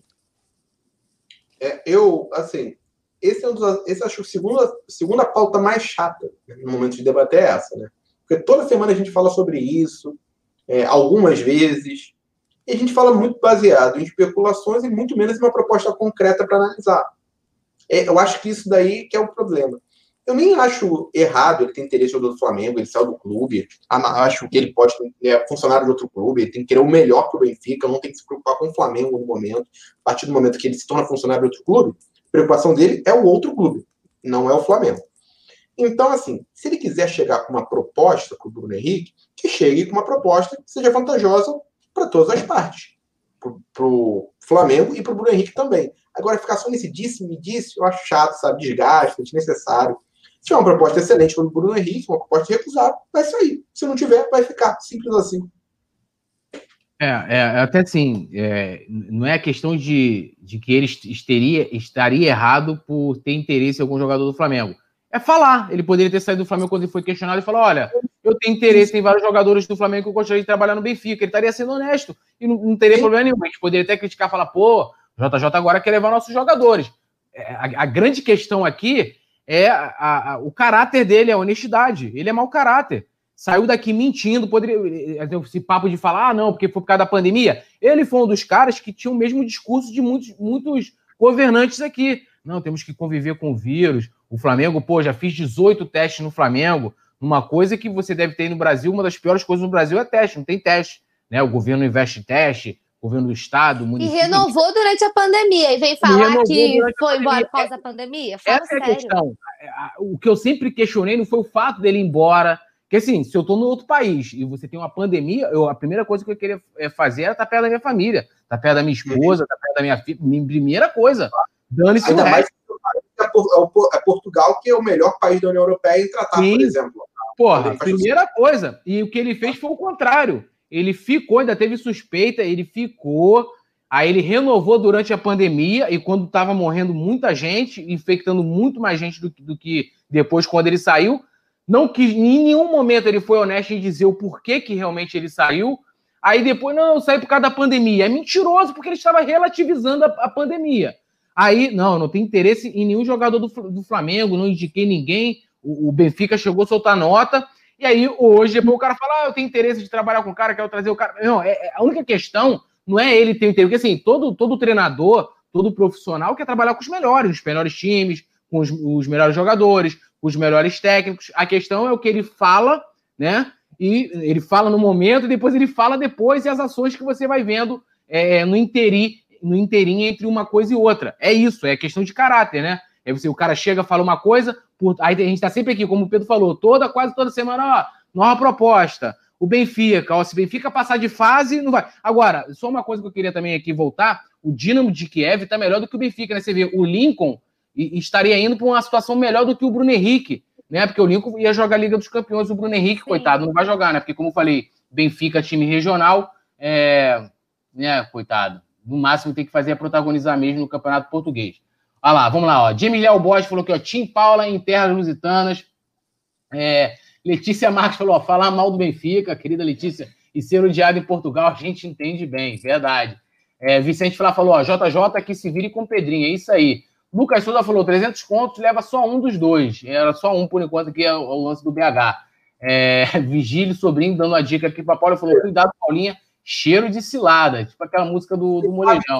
Esse acho que a segunda pauta mais chata no momento de debater é essa, né? Porque toda semana a gente fala sobre isso, algumas vezes, e a gente fala muito baseado em especulações e muito menos em uma proposta concreta para analisar. Eu acho que isso daí que é o problema. Eu nem acho errado ele ter interesse do Flamengo, ele saiu do clube, acho que ele pode ser funcionário de outro clube, ele tem que querer o melhor para o Benfica, não tem que se preocupar com o Flamengo no momento. A partir do momento que ele se torna funcionário de outro clube, a preocupação dele é o outro clube, não é o Flamengo. Então, assim, se ele quiser chegar com uma proposta para o Bruno Henrique, que chegue com uma proposta que seja vantajosa para todas as partes. Para o Flamengo e para o Bruno Henrique também. Agora, ficar só nesse disse-me disse, eu acho chato, sabe? Desgaste, desnecessário. Se tiver uma proposta excelente para o Bruno Henrique, uma proposta recusável, vai sair. Se não tiver, vai ficar. Simples assim. Até assim, não é a questão de que ele estaria errado por ter interesse em algum jogador do Flamengo. É falar. Ele poderia ter saído do Flamengo quando ele foi questionado e falar, olha, eu tenho interesse em vários jogadores do Flamengo que eu gostaria de trabalhar no Benfica. Ele estaria sendo honesto e não teria problema nenhum. A gente poderia até criticar e falar, pô, o JJ agora quer levar nossos jogadores. A grande questão aqui é o caráter dele, a honestidade. Ele é mau caráter. saiu daqui mentindo, poderia esse papo de falar, não, porque foi por causa da pandemia. Ele foi um dos caras que tinha o mesmo discurso de muitos governantes aqui. Não, temos que conviver com o vírus. O Flamengo, já fiz 18 testes no Flamengo. Uma coisa que você deve ter no Brasil, uma das piores coisas no Brasil é teste, não tem teste. Né? O governo investe em teste, o governo do estado, o município... E renovou durante a pandemia, e vem falar que foi embora por causa da pandemia? Fala essa sério. É a questão. O que eu sempre questionei não foi o fato dele ir embora, porque assim, se eu estou no outro país e você tem uma pandemia, a primeira coisa que eu queria fazer era estar perto da minha família, estar perto da minha esposa, estar perto da minha filha, primeira coisa. Dane-se o resto. É Portugal, que é o melhor país da União Europeia em tratar, por exemplo. Primeira coisa. E o que ele fez foi o contrário. Ele ficou, ainda teve suspeita, ele ficou, aí ele renovou durante a pandemia, e quando estava morrendo muita gente, infectando muito mais gente do que depois, quando ele saiu, não quis, em nenhum momento ele foi honesto em dizer o porquê que realmente ele saiu. Aí depois, não, eu saí por causa da pandemia. É mentiroso, porque ele estava relativizando a pandemia. Aí, não tem interesse em nenhum jogador do Flamengo, não indiquei ninguém, o Benfica chegou a soltar nota, e aí hoje depois o cara fala, eu tenho interesse de trabalhar com o cara, quero trazer o cara. Não, a única questão não é ele ter interesse, porque assim, todo treinador, todo profissional quer trabalhar com os melhores times, com os melhores jogadores, com os melhores técnicos. A questão é o que ele fala, né? E ele fala no momento, e depois ele fala depois, e as ações que você vai vendo no inteirinho entre uma coisa e outra. É isso, é questão de caráter, né? O cara chega, fala uma coisa, aí a gente tá sempre aqui, como o Pedro falou, quase toda semana, nova proposta. O Benfica, se o Benfica passar de fase, não vai. Agora, só uma coisa que eu queria também aqui voltar, o Dinamo de Kiev tá melhor do que o Benfica, né? Você vê, o Lincoln estaria indo para uma situação melhor do que o Bruno Henrique, né? Porque o Lincoln ia jogar a Liga dos Campeões, o Bruno Henrique, coitado, não vai jogar, né? Porque, como eu falei, Benfica, time regional, né, coitado, no máximo tem que fazer é protagonizar mesmo no Campeonato Português. Olha lá, vamos lá, James Léo Borges falou aqui, Tim Paula em terras lusitanas. Letícia Marques falou, falar mal do Benfica, querida Letícia, e ser odiado em Portugal, a gente entende bem, verdade. Vicente Flá falou, JJ que se vire com Pedrinho, é isso aí. Lucas Souza falou, 300 contos, leva só um dos dois. Era só um, por enquanto, que é o lance do BH. Vigílio Sobrinho dando a dica aqui para Paula, falou, cuidado, Paulinha, cheiro de cilada, tipo aquela música do Molejão.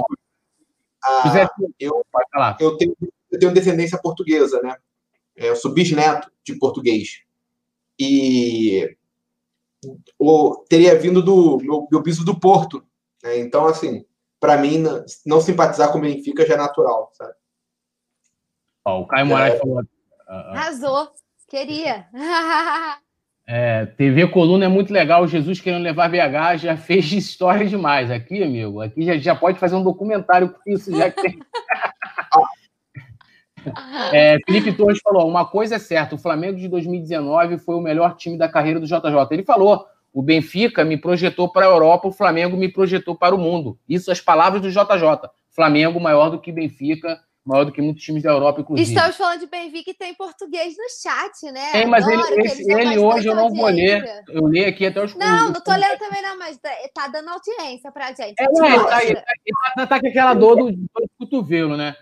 Eu tenho descendência portuguesa, né? Eu sou bisneto de português. E teria vindo do meu biso do Porto. Né? Então, assim, para mim, não simpatizar com o Benfica já é natural, sabe? O Caio Moraes falou... Arrasou. Queria. TV Coluna é muito legal. Jesus querendo levar VH já fez história demais. Aqui, amigo, aqui já pode fazer um documentário com isso, já que tem... Felipe Torres falou, uma coisa é certa, o Flamengo de 2019 foi o melhor time da carreira do JJ. Ele falou, o Benfica me projetou para a Europa, o Flamengo me projetou para o mundo. Isso as palavras do JJ. Flamengo maior do que Benfica, maior do que muitos times da Europa, inclusive. Estamos falando de Benfica e tem português no chat, né? Tem, mas ele hoje eu não vou ler. Eu leio aqui até os... Não tô lendo também não, mas tá dando audiência pra gente. Tá com aquela dor do cotovelo, né?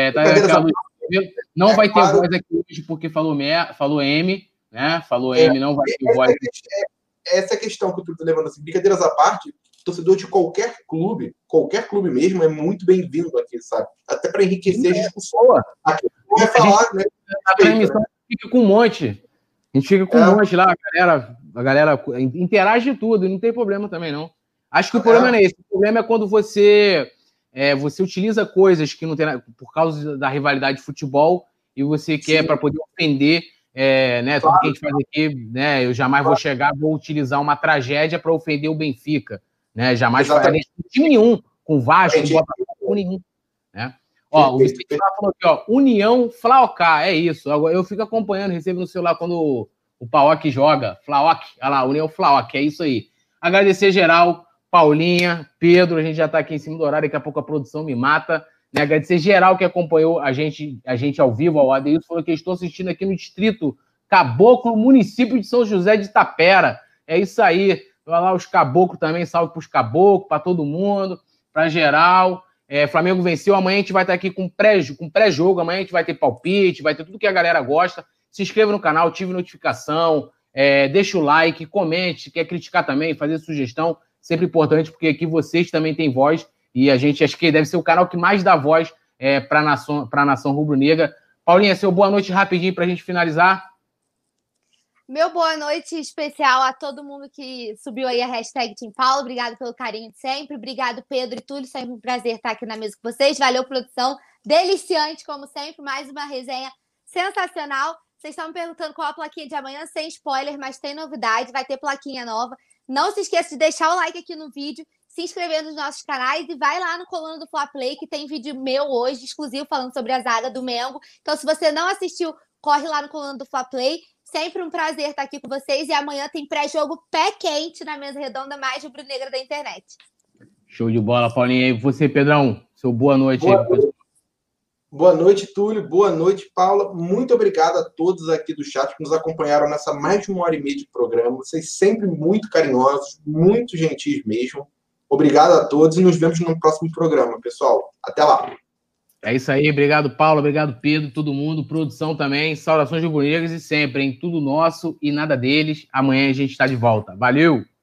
Não vai ter voz aqui hoje porque falou M, né? Falou M, não vai ter voz. Essa é a questão que eu estou levando assim. Brincadeiras à parte, torcedor de qualquer clube mesmo, é muito bem-vindo aqui, sabe? Até para enriquecer a discussão. Aqui vai falar, né? A transmissão fica com um monte. A gente fica com um monte lá, a galera interage de tudo, e não tem problema também, não. Acho que o problema não é esse. O problema é quando você utiliza coisas que não tem por causa da rivalidade de futebol e você quer para poder ofender, né? Tudo que a gente faz aqui, né? Eu jamais vou utilizar uma tragédia para ofender o Benfica, né? Jamais faria time nenhum, com Vasco, com Botafogo, nenhum, né? O Vicente falou aqui, União Flaocá, é isso. Eu fico acompanhando, recebo no celular quando o Paok joga. Flaok, olha lá, União Flaok, é isso aí. Agradecer geral, Paulinha, Pedro, a gente já está aqui em cima do horário, daqui a pouco a produção me mata. Né? Agradecer geral que acompanhou a gente ao vivo. O Adeilson falou que estou assistindo aqui no Distrito Caboclo, município de São José de Itapera. É isso aí. Vai lá os caboclos também, salve para os caboclos, para todo mundo, para geral. Flamengo venceu. Amanhã a gente vai estar aqui com pré-jogo. Amanhã a gente vai ter palpite, vai ter tudo que a galera gosta. Se inscreva no canal, ative notificação. deixa o like, comente, quer criticar também, fazer sugestão, sempre importante, porque aqui vocês também têm voz, e a gente acho que deve ser o canal que mais dá voz para a nação rubro-negra. Paulinha, seu boa noite rapidinho para a gente finalizar. Meu boa noite especial a todo mundo que subiu aí a hashtag Team Paulo. Obrigado pelo carinho de sempre. Obrigado, Pedro e Túlio. Sempre um prazer estar aqui na mesa com vocês. Valeu, produção. Deliciante, como sempre. Mais uma resenha sensacional. Vocês estão me perguntando qual a plaquinha de amanhã, sem spoiler, mas tem novidade. Vai ter plaquinha nova. Não se esqueça de deixar o like aqui no vídeo, se inscrever nos nossos canais e vai lá no Coluna do Fla Play, que tem vídeo meu hoje, exclusivo, falando sobre a zaga do Mengo. Então, se você não assistiu, corre lá no Coluna do Fla Play. Sempre um prazer estar aqui com vocês. E amanhã tem pré-jogo pé quente na mesa redonda mais rubro-negra da internet. Show de bola, Paulinha. E você, Pedrão? Seu boa noite. Boa noite, Túlio. Boa noite, Paula. Muito obrigado a todos aqui do chat que nos acompanharam nessa mais de 1h30 de programa. Vocês sempre muito carinhosos, muito gentis mesmo. Obrigado a todos e nos vemos no próximo programa, pessoal. Até lá. É isso aí, obrigado, Paulo, obrigado, Pedro, todo mundo, produção também, saudações rubro-negras e sempre, hein? Tudo nosso e nada deles. Amanhã a gente está de volta. Valeu!